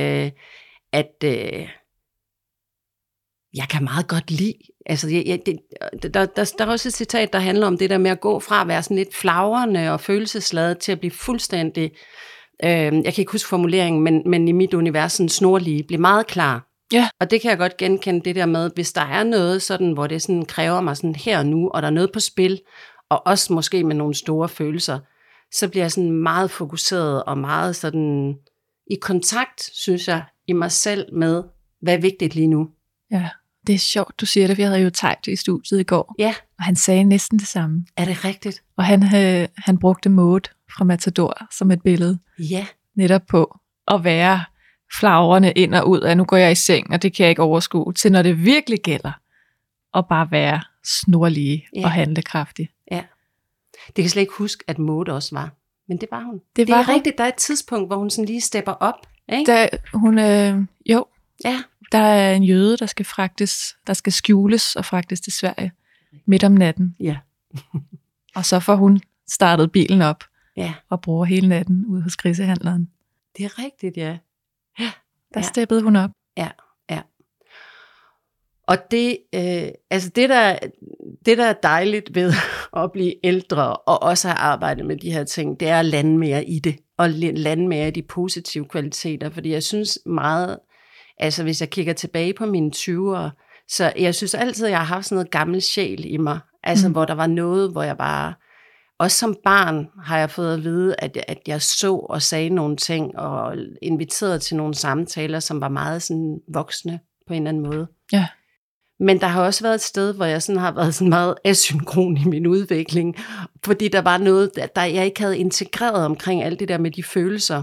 jeg kan meget godt lide, altså der er også et citat, der handler om det der med at gå fra at være sådan lidt flagrende og følelsesladet til at blive fuldstændig, jeg kan ikke huske formuleringen, men i mit univers sådan snorlige, blive meget klar. Ja. Og det kan jeg godt genkende, det der med, hvis der er noget sådan, hvor det sådan kræver mig sådan her og nu, og der er noget på spil, og også måske med nogle store følelser, så bliver jeg sådan meget fokuseret og meget sådan i kontakt, synes jeg, i mig selv med, hvad er vigtigt lige nu. Ja, det er sjovt, du siger det. Vi havde jo Tejt i studiet i går, ja. Og han sagde næsten det samme. Er det rigtigt? Og han brugte Maud fra Matador som et billede. Ja. Netop på at være flagrende ind og ud af, nu går jeg i seng, og det kan jeg ikke overskue, til når det virkelig gælder, at bare være snorlige og handlekraftig. Ja. Det kan slet ikke huske, at Maud også var. Men det var hun. Det er rigtigt, der er et tidspunkt, hvor hun sådan lige stepper op. Ikke? Da hun, jo. Ja. Der er en jøde, der skal skjules og fragtes til Sverige midt om natten. Ja. Og så får hun startet bilen op, ja. Og bruger hele natten ude hos grisehandleren. Det er rigtigt, ja. Der steppede hun op. Ja, ja. Og det, altså det der er dejligt ved at blive ældre, og også have arbejdet med de her ting, det er at lande mere i det, og lande mere i de positive kvaliteter, fordi jeg synes meget, altså hvis jeg kigger tilbage på mine 20'ere, så jeg synes altid, jeg har haft sådan noget gammel sjæl i mig, altså hvor der var noget, hvor jeg bare, også som barn har jeg fået at vide, at jeg så og sagde nogle ting, og inviteret til nogle samtaler, som var meget sådan voksne på en eller anden måde. Ja. Men der har også været et sted, hvor jeg sådan har været sådan meget asynkron i min udvikling, fordi der var noget, der jeg ikke havde integreret omkring alt det der med de følelser.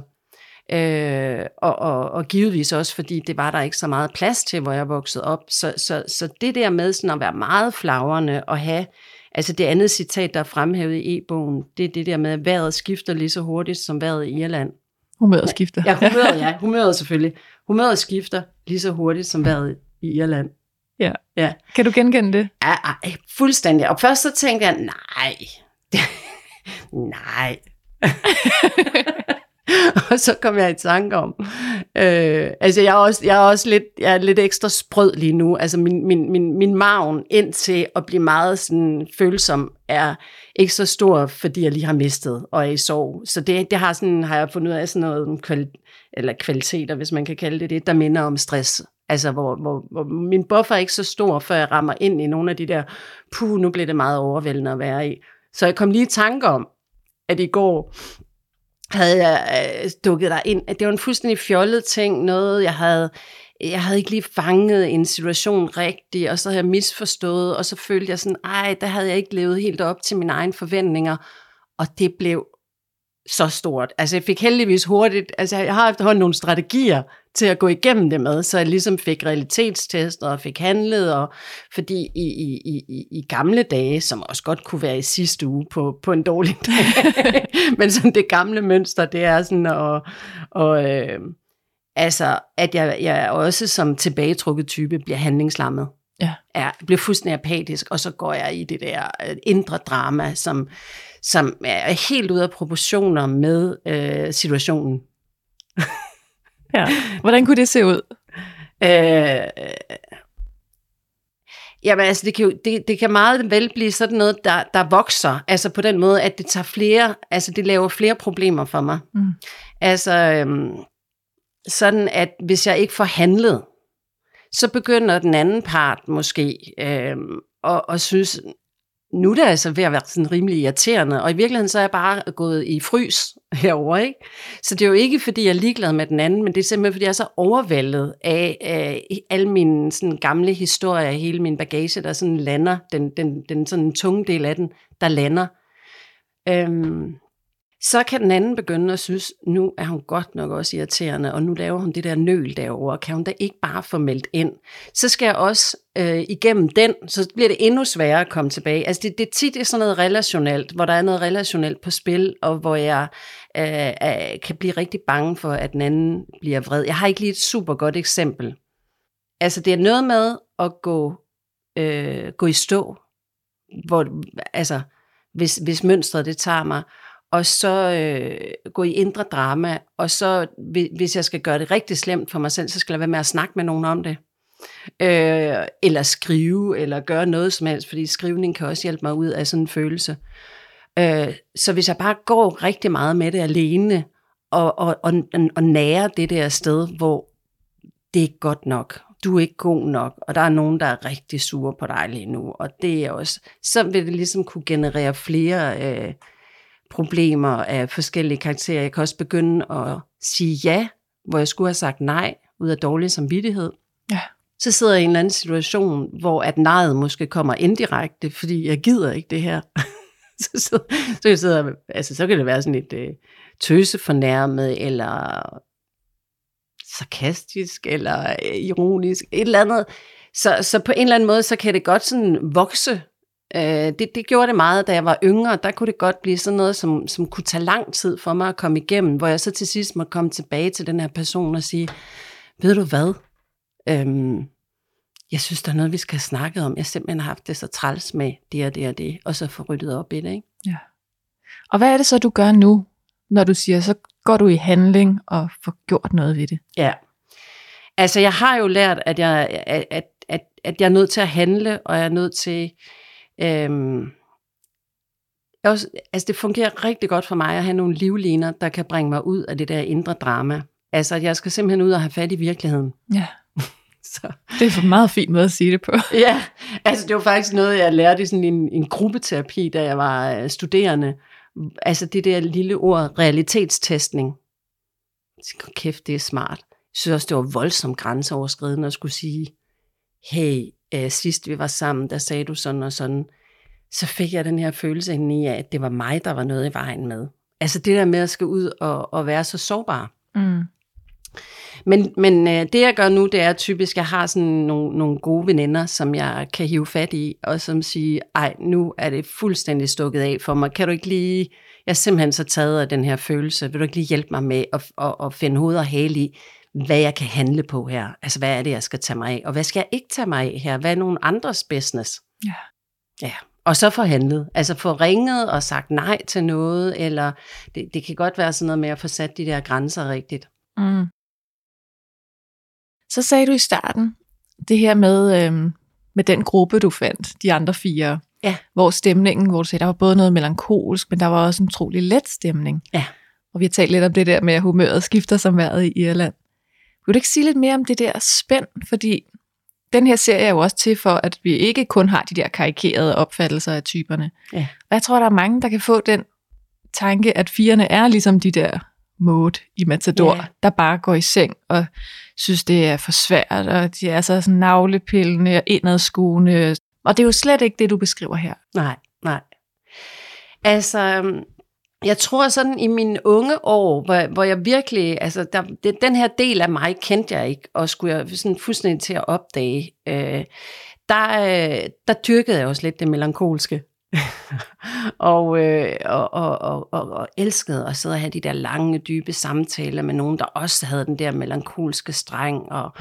Og givetvis også, fordi det var der ikke så meget plads til, hvor jeg voksede op. Så det der med sådan at være meget flagrende og have, altså det andet citat, der er fremhævet i e-bogen, det er det der med, at vejret skifter lige så hurtigt som vejret i Irland. Humøret skifter. Ja, humøret selvfølgelig. Humøret skifter lige så hurtigt som vejret i Irland. Ja. Kan du genkende det? Ja, fuldstændig. Og først så tænkte jeg, nej. Og så kom jeg i tanke om, altså jeg er lidt ekstra sprød lige nu. Altså min maven indtil at blive meget sådan følsom er ikke så stor, fordi jeg lige har mistet og er i sorg. Så det har jeg fundet ud af sådan noget kvaliteter, hvis man kan kalde det, der minder om stress. Altså hvor min buffer er ikke så stor, før jeg rammer ind i nogle af de der, nu bliver det meget overvældende at være i. Så jeg kom lige i tanke om, at i går havde jeg dukket der ind. Det var en fuldstændig fjollet ting, noget jeg havde ikke lige fanget en situation rigtigt, og så havde jeg misforstået, og så følte jeg sådan, der havde jeg ikke levet helt op til mine egne forventninger, og det blev så stort. Altså jeg fik heldigvis hurtigt, altså jeg har efterhånden nogle strategier til at gå igennem det med, så jeg ligesom fik realitetstest og fik handlet, og fordi i gamle dage, som også godt kunne være i sidste uge på en dårlig dag, men sådan det gamle mønster, det er sådan, altså at jeg også som tilbagetrukket type bliver handlingslammet. Ja. Jeg bliver fuldstændig apatisk, og så går jeg i det der indre drama, som er helt ude af proportioner med situationen. Ja. Hvordan kunne det se ud? Jamen altså, det kan meget vel blive sådan noget, der vokser, altså på den måde, at det tager flere, altså det laver flere problemer for mig. Altså sådan, at hvis jeg ikke får handlet, så begynder den anden part måske at synes, nu er det altså ved at være sådan rimelig irriterende, og i virkeligheden så er jeg bare gået i frys herover, ikke? Så det er jo ikke, fordi jeg er ligeglad med den anden, men det er simpelthen, fordi jeg er så overvældet af alle mine sådan gamle historier, hele min bagage, der sådan lander, den sådan tunge del af den, der lander. Så kan den anden begynde at synes, nu er hun godt nok også irriterende, og nu laver hun det der nøl derovre, kan hun da ikke bare få meldt ind? Så skal jeg også igennem den, så bliver det endnu sværere at komme tilbage. Altså det er tit sådan noget relationelt, hvor der er noget relationelt på spil, og hvor jeg kan blive rigtig bange for, at den anden bliver vred. Jeg har ikke lige et super godt eksempel. Altså det er noget med at gå i stå, hvor, altså hvis mønstret det tager mig, og så gå i indre drama, og så, hvis jeg skal gøre det rigtig slemt for mig selv, så skal jeg være med at snakke med nogen om det. Eller skrive, eller gøre noget som helst, fordi skrivning kan også hjælpe mig ud af sådan en følelse. Så hvis jeg bare går rigtig meget med det alene, og nærer det der sted, hvor det er ikke godt nok, du er ikke god nok, og der er nogen, der er rigtig sure på dig lige nu, og det er også, så vil det ligesom kunne generere flere problemer af forskellige karakterer. Jeg kan også begynde at sige ja, hvor jeg skulle have sagt nej, ud af dårlig samvittighed. Ja. Så sidder jeg i en eller anden situation, hvor at nejet måske kommer indirekte, fordi jeg gider ikke det her. så kan det være sådan et tøsefornærmet, eller sarkastisk, eller ironisk, et eller andet. Så på en eller anden måde, så kan det godt sådan vokse. Det gjorde det meget, da jeg var yngre. Der kunne det godt blive sådan noget, som kunne tage lang tid for mig at komme igennem, hvor jeg så til sidst måtte komme tilbage til den her person og sige, ved du hvad? Jeg synes, der er noget, vi skal have snakket om. Jeg simpelthen har haft det så træls med det og det og det, og så få ryddet op i det, ikke? Ja. Og hvad er det så, du gør nu, når du siger, så går du i handling og får gjort noget ved det? Altså, jeg har jo lært, at jeg er nødt til at handle, og jeg er nødt til altså det fungerer rigtig godt for mig at have nogle livliner, der kan bringe mig ud af det der indre drama. Altså jeg skal simpelthen ud og have fat i virkeligheden. Ja. Så. Det er en meget fin måde at sige det på. Ja, altså det var faktisk noget, jeg lærte i sådan en gruppeterapi, da jeg var studerende. Altså det der lille ord, realitetstestning. Kæft, det er smart. Jeg synes også, det var voldsomt grænseoverskridende at skulle sige, hey, sidst vi var sammen, der sagde du sådan og sådan. Så fik jeg den her følelse indeni af, at det var mig, der var noget i vejen med. Altså det der med at skal ud og være så sårbar. Mm. Men det jeg gør nu, det er typisk, at jeg har sådan nogle gode veninder, som jeg kan hive fat i, og som siger, ej, nu er det fuldstændig stukket af for mig. Kan du ikke lige, jeg er simpelthen så taget af den her følelse, vil du ikke lige hjælpe mig med at finde hoved og hale i, hvad jeg kan handle på her? Altså hvad er det, jeg skal tage mig af? Og hvad skal jeg ikke tage mig af her? Hvad er nogle andres business? Ja. Ja. Og så få handlet, altså få ringet og sagt nej til noget, eller det kan godt være sådan noget med at få sat de der grænser rigtigt. Mm. Så sagde du i starten, det her med den gruppe, du fandt, de andre 4, ja. Hvor stemningen, hvor du sagde, der var både noget melankolsk, men der var også en utrolig let stemning. Ja. Og vi har talt lidt om det der med, at humøret skifter som vejret i Irland. Vil du ikke sige lidt mere om det der spænd? Fordi den her serie er jo også til for, at vi ikke kun har de der karikerede opfattelser af typerne. Ja. Og jeg tror, der er mange, der kan få den tanke, at 4'erne er ligesom de der Maud i Matador, der bare går i seng og synes, det er for svært, og de er så sådan navlepillende og indadskuende. Og det er jo slet ikke det, du beskriver her. Nej. Altså, jeg tror sådan i mine unge år, hvor jeg virkelig, altså den her del af mig kendte jeg ikke, og skulle jeg sådan fuldstændig til at opdage, der dyrkede jeg også lidt det melankolske. og elskede at sidde og have de der lange, dybe samtaler med nogen, der også havde den der melankolske streng, og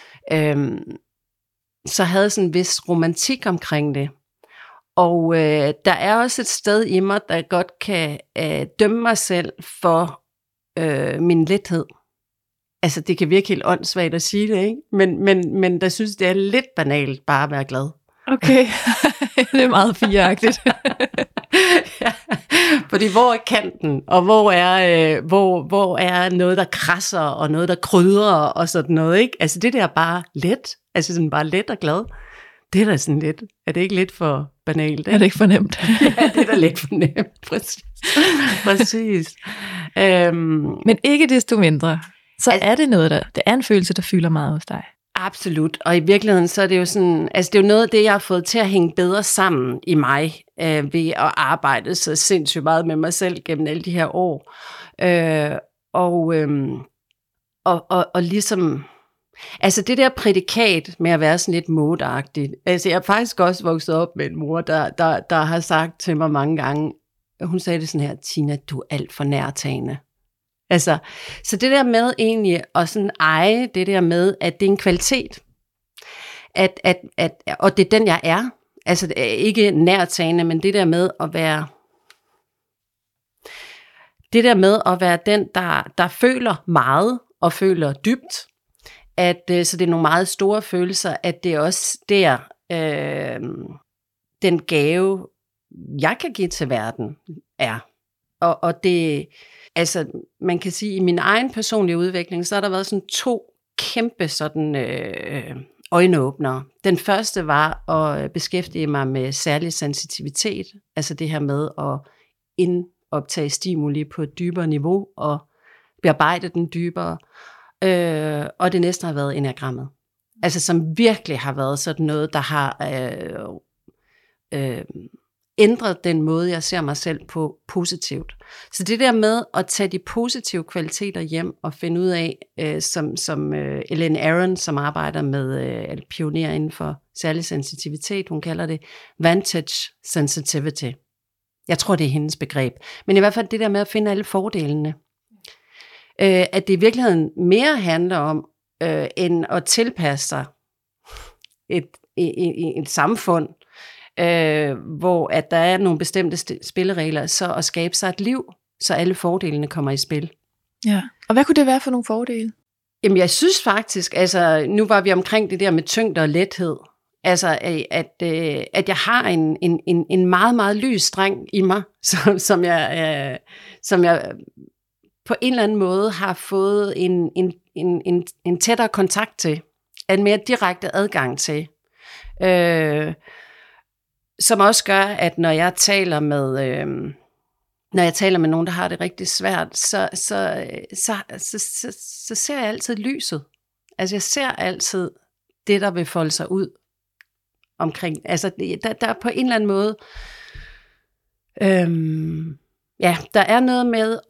så havde sådan en vis romantik omkring det. Og der er også et sted i mig, der godt kan dømme mig selv for min lethed. Altså det kan virke helt åndssvagt at sige det, ikke? Men der synes det er lidt banalt bare at være glad. Okay, det er meget fireagtigt. Ja, fordi hvor er kanten, og hvor er noget, der krasser, og noget, der krydrer, og sådan noget, ikke? Altså det der bare let, altså sådan bare let og glad, det er da sådan lidt, er det ikke lidt for banalt? Ikke? Er det ikke for nemt? Ja, det er da lidt for nemt, præcis. Men ikke desto mindre, så er det noget, det er en følelse, der fylder meget hos dig. Absolut, og i virkeligheden så er det jo sådan, altså det er jo noget af det, jeg har fået til at hænge bedre sammen i mig, ved at arbejde så sindssygt meget med mig selv gennem alle de her år. Og ligesom, altså det der prædikat med at være sådan lidt modagtig, altså jeg er faktisk også vokset op med en mor, der har sagt til mig mange gange, hun sagde det sådan her, Tina, du er alt for nærtagende. Altså, så det der med egentlig at sådan eje det der med, at det er en kvalitet, og det er den, jeg er. Altså ikke nærtagende, men det der med at være, den, der føler meget og føler dybt. Så det er nogle meget store følelser, at det er også der, den gave, jeg kan give til verden, er. Og det, altså man kan sige, i min egen personlige udvikling, så har der været sådan 2 kæmpe sådan øjenåbnere. Den første var at beskæftige mig med særlig sensitivitet, altså det her med at indoptage stimuli på et dybere niveau og bearbejde den dybere. Og det næste har været enagrammet. Altså som virkelig har været sådan noget, der har ændret den måde, jeg ser mig selv på positivt. Så det der med at tage de positive kvaliteter hjem og finde ud af, som Elaine Aron, som arbejder med pionerer inden for særlig sensitivitet, hun kalder det vantage sensitivity. Jeg tror, det er hendes begreb. Men i hvert fald det der med at finde alle fordelene. At det i virkeligheden mere handler om, end at tilpasse sig et samfund, hvor at der er nogle bestemte spilleregler, så at skabe sig et liv, så alle fordelene kommer i spil. Ja, og hvad kunne det være for nogle fordele? Jamen jeg synes faktisk, altså nu var vi omkring det der med tyngde og lethed, altså at jeg har en meget, meget lys streng i mig, som jeg på en eller anden måde har fået en tættere kontakt til. en mere direkte adgang til. Som også gør, at når jeg taler med nogen, der har det rigtig svært, så ser jeg altid lyset. Altså jeg ser altid det, der vil folde sig ud omkring. Altså der er på en eller anden måde, der er noget med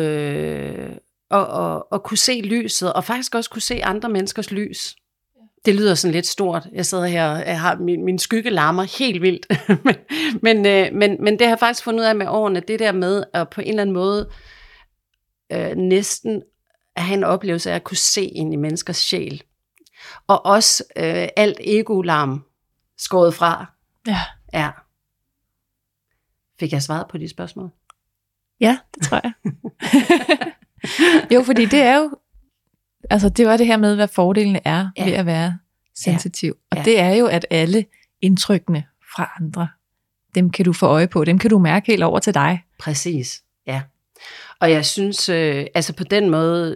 at kunne se lyset, og faktisk også kunne se andre menneskers lys. Det lyder sådan lidt stort. Jeg sidder her og har min skygge larmer helt vildt. men det har jeg faktisk fundet ud af med årene, det der med at på en eller anden måde næsten at have en oplevelse af at kunne se ind i menneskers sjæl. Og også alt ego-larm skåret fra. Ja. Fik jeg svaret på de spørgsmål? Ja, det tror jeg. Jo, fordi det er jo, altså det var det her med, hvad fordelene er ved at være sensitiv. Og det er jo, at alle indtrykkene fra andre, dem kan du få øje på, dem kan du mærke helt over til dig. Præcis, ja. Og jeg synes, altså på den måde,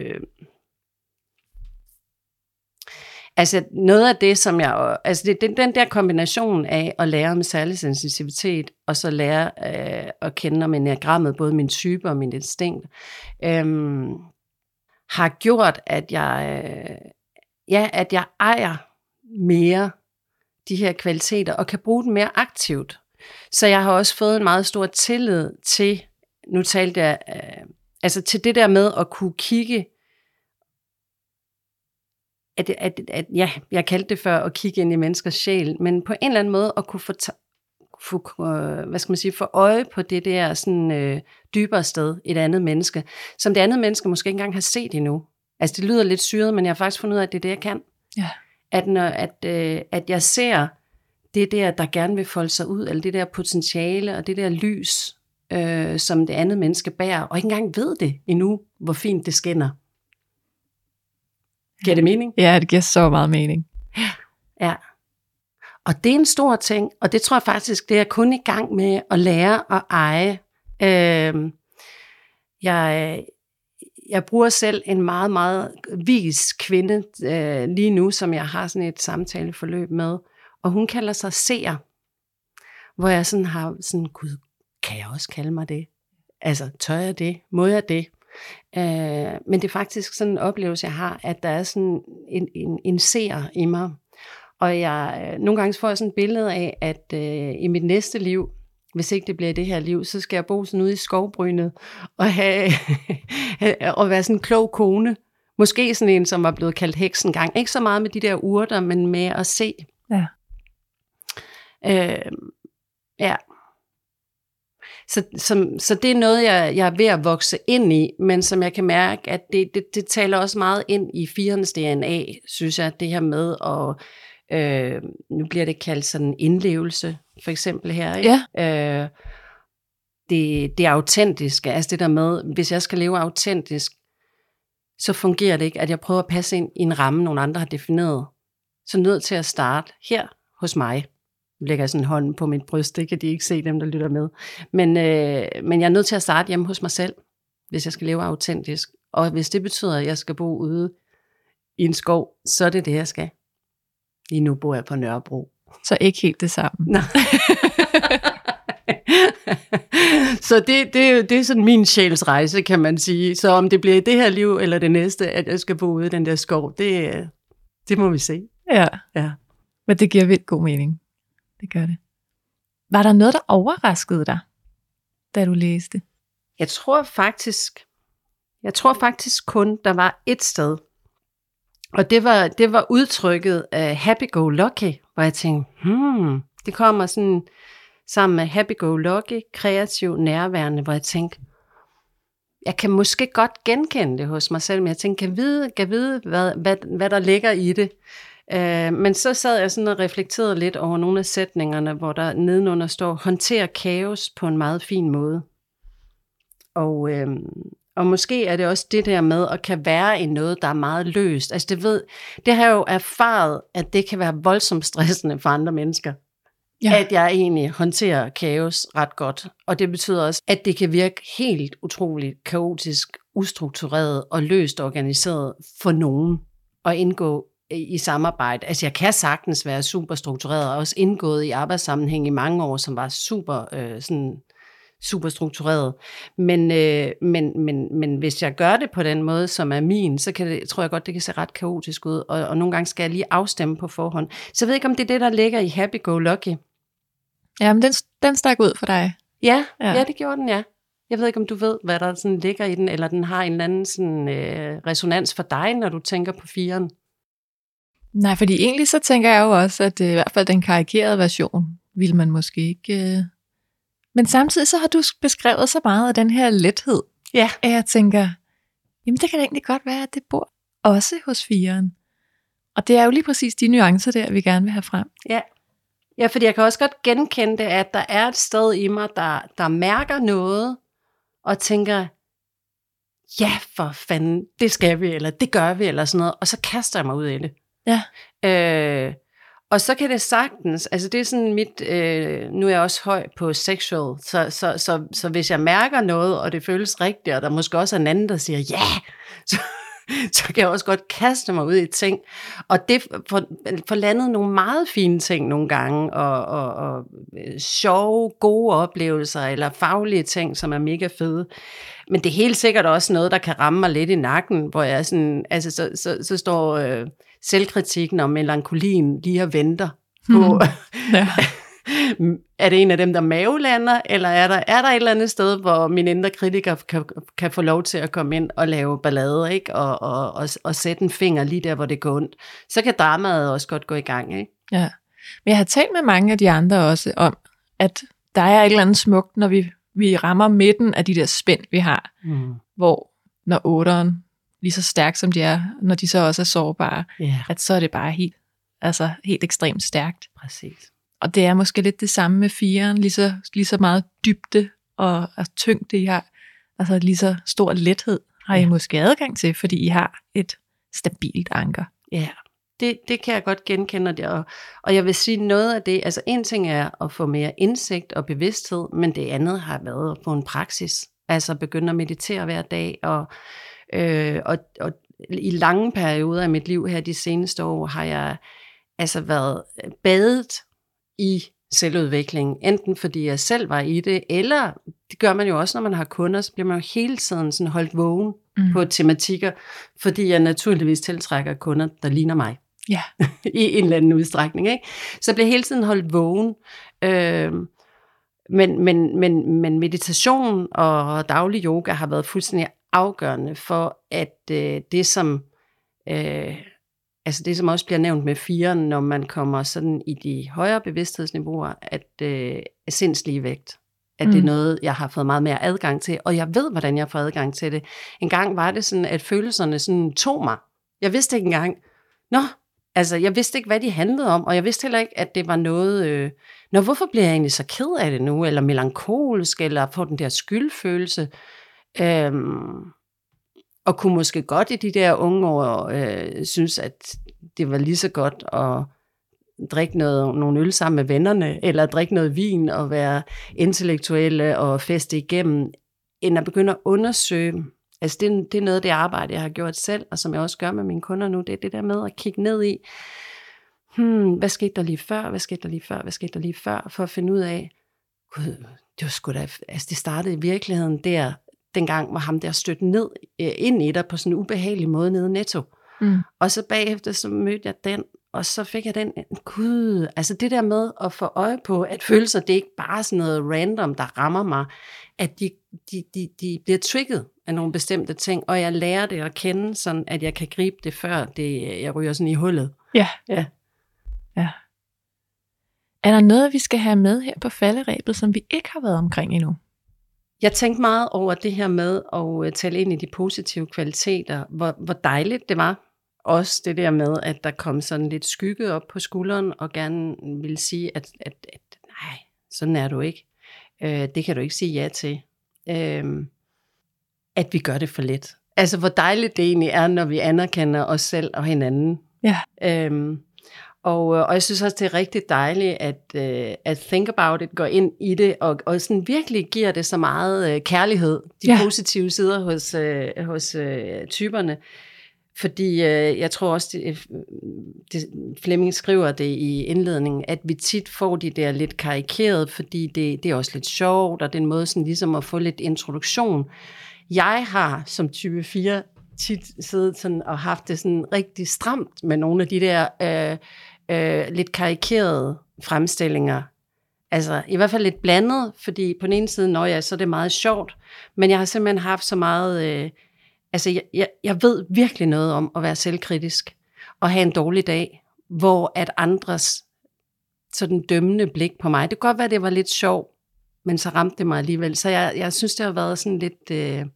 altså noget af det, som jeg, altså det, den der kombination af at lære om særlig sensitivitet, og så lære at kende om enagrammet, både min type og min instinkt, har gjort, at jeg ejer mere de her kvaliteter, og kan bruge dem mere aktivt. Så jeg har også fået en meget stor tillid til, nu talte jeg, altså til det der med at kunne kigge, jeg kaldte det før at kigge ind i menneskers sjæl, men på en eller anden måde at kunne få øje på det der sådan dybere sted, et andet menneske, som det andet menneske måske ikke engang har set endnu. Altså det lyder lidt syret, men jeg har faktisk fundet ud af, at det er det, jeg kan. Ja. At jeg ser det der gerne vil folde sig ud, eller det der potentiale, og det der lys, som det andet menneske bærer, og ikke engang ved det endnu, hvor fint det skinner. Giver det mening? Ja, det giver så meget mening. Ja. Og det er en stor ting, og det tror jeg faktisk, det er kun i gang med at lære at eje. Jeg bruger selv en meget, meget vis kvinde lige nu, som jeg har sådan et samtaleforløb med, og hun kalder sig seer, hvor jeg sådan har sådan, gud, kan jeg også kalde mig det? Altså, tør jeg det? Må jeg det? Men det er faktisk sådan en oplevelse, jeg har, at der er sådan en seer i mig. Og nogle gange får jeg sådan et billede af, at i mit næste liv, hvis ikke det bliver i det her liv, så skal jeg bo sådan ude i skovbrynet og og være sådan en klog kone. Måske sådan en, som var blevet kaldt heks engang. Ikke så meget med de der urter, men med at se. Ja. Ja. Så det er noget, jeg er ved at vokse ind i, men som jeg kan mærke, at det taler også meget ind i 4'ernes DNA, synes jeg, det her med at, nu bliver det kaldt sådan indlevelse, for eksempel her, ikke? Ja. Det autentiske, altså det der med, hvis jeg skal leve autentisk, så fungerer det ikke, at jeg prøver at passe ind i en ramme, nogle andre har defineret. Så nødt til at starte her hos mig. Jeg lægger sådan en hånd på mit bryst, det kan de ikke se, dem der lytter med. Men jeg er nødt til at starte hjemme hos mig selv, hvis jeg skal leve autentisk. Og hvis det betyder, at jeg skal bo ude i en skov, så er det det, jeg skal. Lige nu bor jeg på Nørrebro. Så ikke helt det samme. Nej. Så det er sådan min sjælsrejse, kan man sige. Så om det bliver i det her liv, eller det næste, at jeg skal bo ude i den der skov, det må vi se. Ja. Men det giver vildt god mening. Det gør det. Var der noget, der overraskede dig, da du læste? Jeg tror faktisk kun, der var et sted. Og det var udtrykket af happy-go-lucky, hvor jeg tænkte, det kommer sådan sammen med happy-go-lucky, kreativ, nærværende, hvor jeg tænkte, jeg kan måske godt genkende det hos mig selv, men jeg tænkte, kan vide hvad der ligger i det. Men så sad jeg sådan og reflekterede lidt over nogle af sætningerne, hvor der nedenunder står, håndtere kaos på en meget fin måde. Og måske er det også det der med, at kan være i noget, der er meget løst. Altså det har jeg jo erfaret, at det kan være voldsomt stressende for andre mennesker. Ja. At jeg egentlig håndterer kaos ret godt. Og det betyder også, at det kan virke helt utroligt kaotisk, ustruktureret og løst organiseret for nogen at indgå i samarbejde. Altså jeg kan sagtens være super struktureret, og også indgået i arbejdssammenhæng i mange år, som var super struktureret. Men hvis jeg gør det på den måde, som er min, så tror jeg godt, det kan se ret kaotisk ud, og nogle gange skal jeg lige afstemme på forhånd. Så jeg ved ikke, om det er det, der ligger i happy-go-lucky. Ja, men den stak ud for dig. Ja, det gjorde den, ja. Jeg ved ikke, om du ved, hvad der sådan ligger i den, eller den har en eller anden sådan, resonans for dig, når du tænker på 4'eren. Nej, fordi egentlig så tænker jeg jo også, at i hvert fald den karikerede version vil man måske ikke... Men samtidig så har du beskrevet så meget af den her lethed, ja. At jeg tænker, jamen det kan da egentlig godt være, at det bor også hos 4'eren. Og det er jo lige præcis de nuancer der, vi gerne vil have frem. Ja, fordi jeg kan også godt genkende det, at der er et sted i mig, der mærker noget, og tænker, ja for fanden, det skal vi, eller det gør vi, eller sådan noget, og så kaster jeg mig ud i det. Ja. Og så kan det sagtens, altså det er sådan mit, nu er jeg også høj på sexual, så hvis jeg mærker noget, og det føles rigtigt, og der måske også er en anden, der siger, ja, så kan jeg også godt kaste mig ud i ting. Og det får landet nogle meget fine ting nogle gange, og sjove, gode oplevelser, eller faglige ting, som er mega fede. Men det er helt sikkert også noget, der kan ramme mig lidt i nakken, hvor jeg sådan, altså så står selvkritikken og melankolien lige og venter på, Ja. er det en af dem, der mavelander, eller er der et eller andet sted, hvor min indre kritiker kan få lov til at komme ind og lave ballade, ikke? Og sætte en finger lige der, hvor det går ondt. Så kan dramaet også godt gå i gang, ikke? Ja. Men jeg har talt med mange af de andre også om, at der er et eller andet smukt, når vi rammer midten af de der spænd, vi har, hvor når 8'eren, lige så stærk som de er, når de så også er sårbare, at så er det bare helt ekstremt stærkt. Præcis. Og det er måske lidt det samme med 4'eren, lige så meget dybde og tyngde I har, altså lige så stor lethed har I måske adgang til, fordi I har et stabilt anker. Ja, det kan jeg godt genkende det, og jeg vil sige noget af det, altså en ting er at få mere indsigt og bevidsthed, men det andet har været at få en praksis, altså begynde at meditere hver dag, og i lange perioder af mit liv her de seneste år, har jeg altså været badet i selvudvikling, enten fordi jeg selv var i det, eller det gør man jo også, når man har kunder, så bliver man jo hele tiden sådan holdt vågen på tematikker, fordi jeg naturligvis tiltrækker kunder, der ligner mig. Ja. I en eller anden udstrækning, ikke? Så jeg bliver hele tiden holdt vågen. Men meditation og daglig yoga har været fuldstændig afgørende for, at det som også bliver nævnt med 4'eren, når man kommer sådan i de højere bevidsthedsniveauer, at sindsligevægt, at det er noget, jeg har fået meget mere adgang til, og jeg ved, hvordan jeg får adgang til det. En gang var det sådan, at følelserne sådan tog mig. Jeg vidste ikke engang, jeg vidste ikke, hvad de handlede om, og jeg vidste heller ikke, at det var noget, hvorfor bliver jeg egentlig så ked af det nu, eller melankolsk, eller får den der skyldfølelse, og kunne måske godt i de der unge år synes, at det var lige så godt at drikke nogle øl sammen med vennerne, eller drikke noget vin og være intellektuelle og feste igennem, end at begynde at undersøge. Altså det er noget af det arbejde, jeg har gjort selv, og som jeg også gør med mine kunder nu, det er det der med at kigge ned i, hvad skete der lige før, hvad skete der lige før, for at finde ud af, gud, det var sgu da, altså det startede i virkeligheden der, dengang hvor ham der stødte ned ind i dig på sådan en ubehagelig måde nede i Netto. Og så bagefter så mødte jeg den, og så fik jeg den, gud, altså det der med at få øje på, at følelser, det er ikke bare sådan noget random, der rammer mig, at de bliver trigget af nogle bestemte ting, og jeg lærer det at kende, sådan at jeg kan gribe det, før jeg ryger sådan i hullet. Ja. Er der noget, vi skal have med her på falderebet, som vi ikke har været omkring endnu? Jeg tænkte meget over det her med at tale ind i de positive kvaliteter, hvor dejligt det var. Også det der med, at der kom sådan lidt skygge op på skulderen, og gerne ville sige, at nej, sådan er du ikke. Det kan du ikke sige ja til. At vi gør det for let. Altså, hvor dejligt det egentlig er, når vi anerkender os selv og hinanden. Ja. Og jeg synes også, det er rigtig dejligt, at Think About It går ind i det, og sådan virkelig giver det så meget kærlighed, de positive sider hos typerne. Fordi jeg tror også, Flemming skriver det i indledningen, at vi tit får de der lidt karikeret, fordi det er også lidt sjovt, og det er en måde sådan ligesom at få lidt introduktion. Jeg har som type 4 tit siddet sådan og haft det sådan rigtig stramt med nogle af de der lidt karikerede fremstillinger. Altså i hvert fald lidt blandet, fordi på den ene side, så er det meget sjovt, men jeg har simpelthen haft så meget... jeg ved virkelig noget om at være selvkritisk og have en dårlig dag, hvor at andres sådan dømmende blik på mig, det kan godt være, det var lidt sjovt, men så ramte det mig alligevel. Så jeg synes, det har været sådan lidt...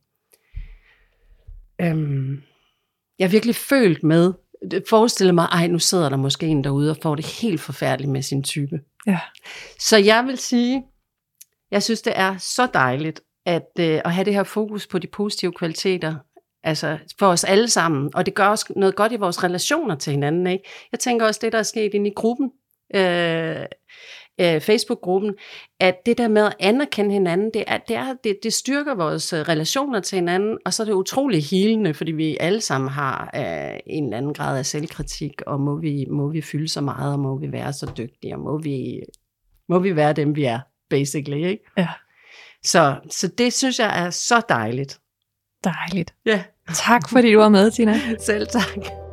jeg har virkelig følt med, forestiller mig, nu sidder der måske en derude og får det helt forfærdeligt med sin type. Ja. Så jeg vil sige, jeg synes, det er så dejligt at have det her fokus på de positive kvaliteter, altså for os alle sammen, og det gør også noget godt i vores relationer til hinanden, ikke? Jeg tænker også, det der er sket inde i gruppen, Facebook-gruppen, at det der med at anerkende hinanden, det styrker vores relationer til hinanden, og så er det utrolig healende, fordi vi alle sammen har en eller anden grad af selvkritik, og må vi fylde så meget, og må vi være så dygtige, og må vi være dem, vi er, basically, ikke? Ja. Så det synes jeg er så dejligt. Dejligt. Ja. Tak fordi du var med, Tina. Selv tak.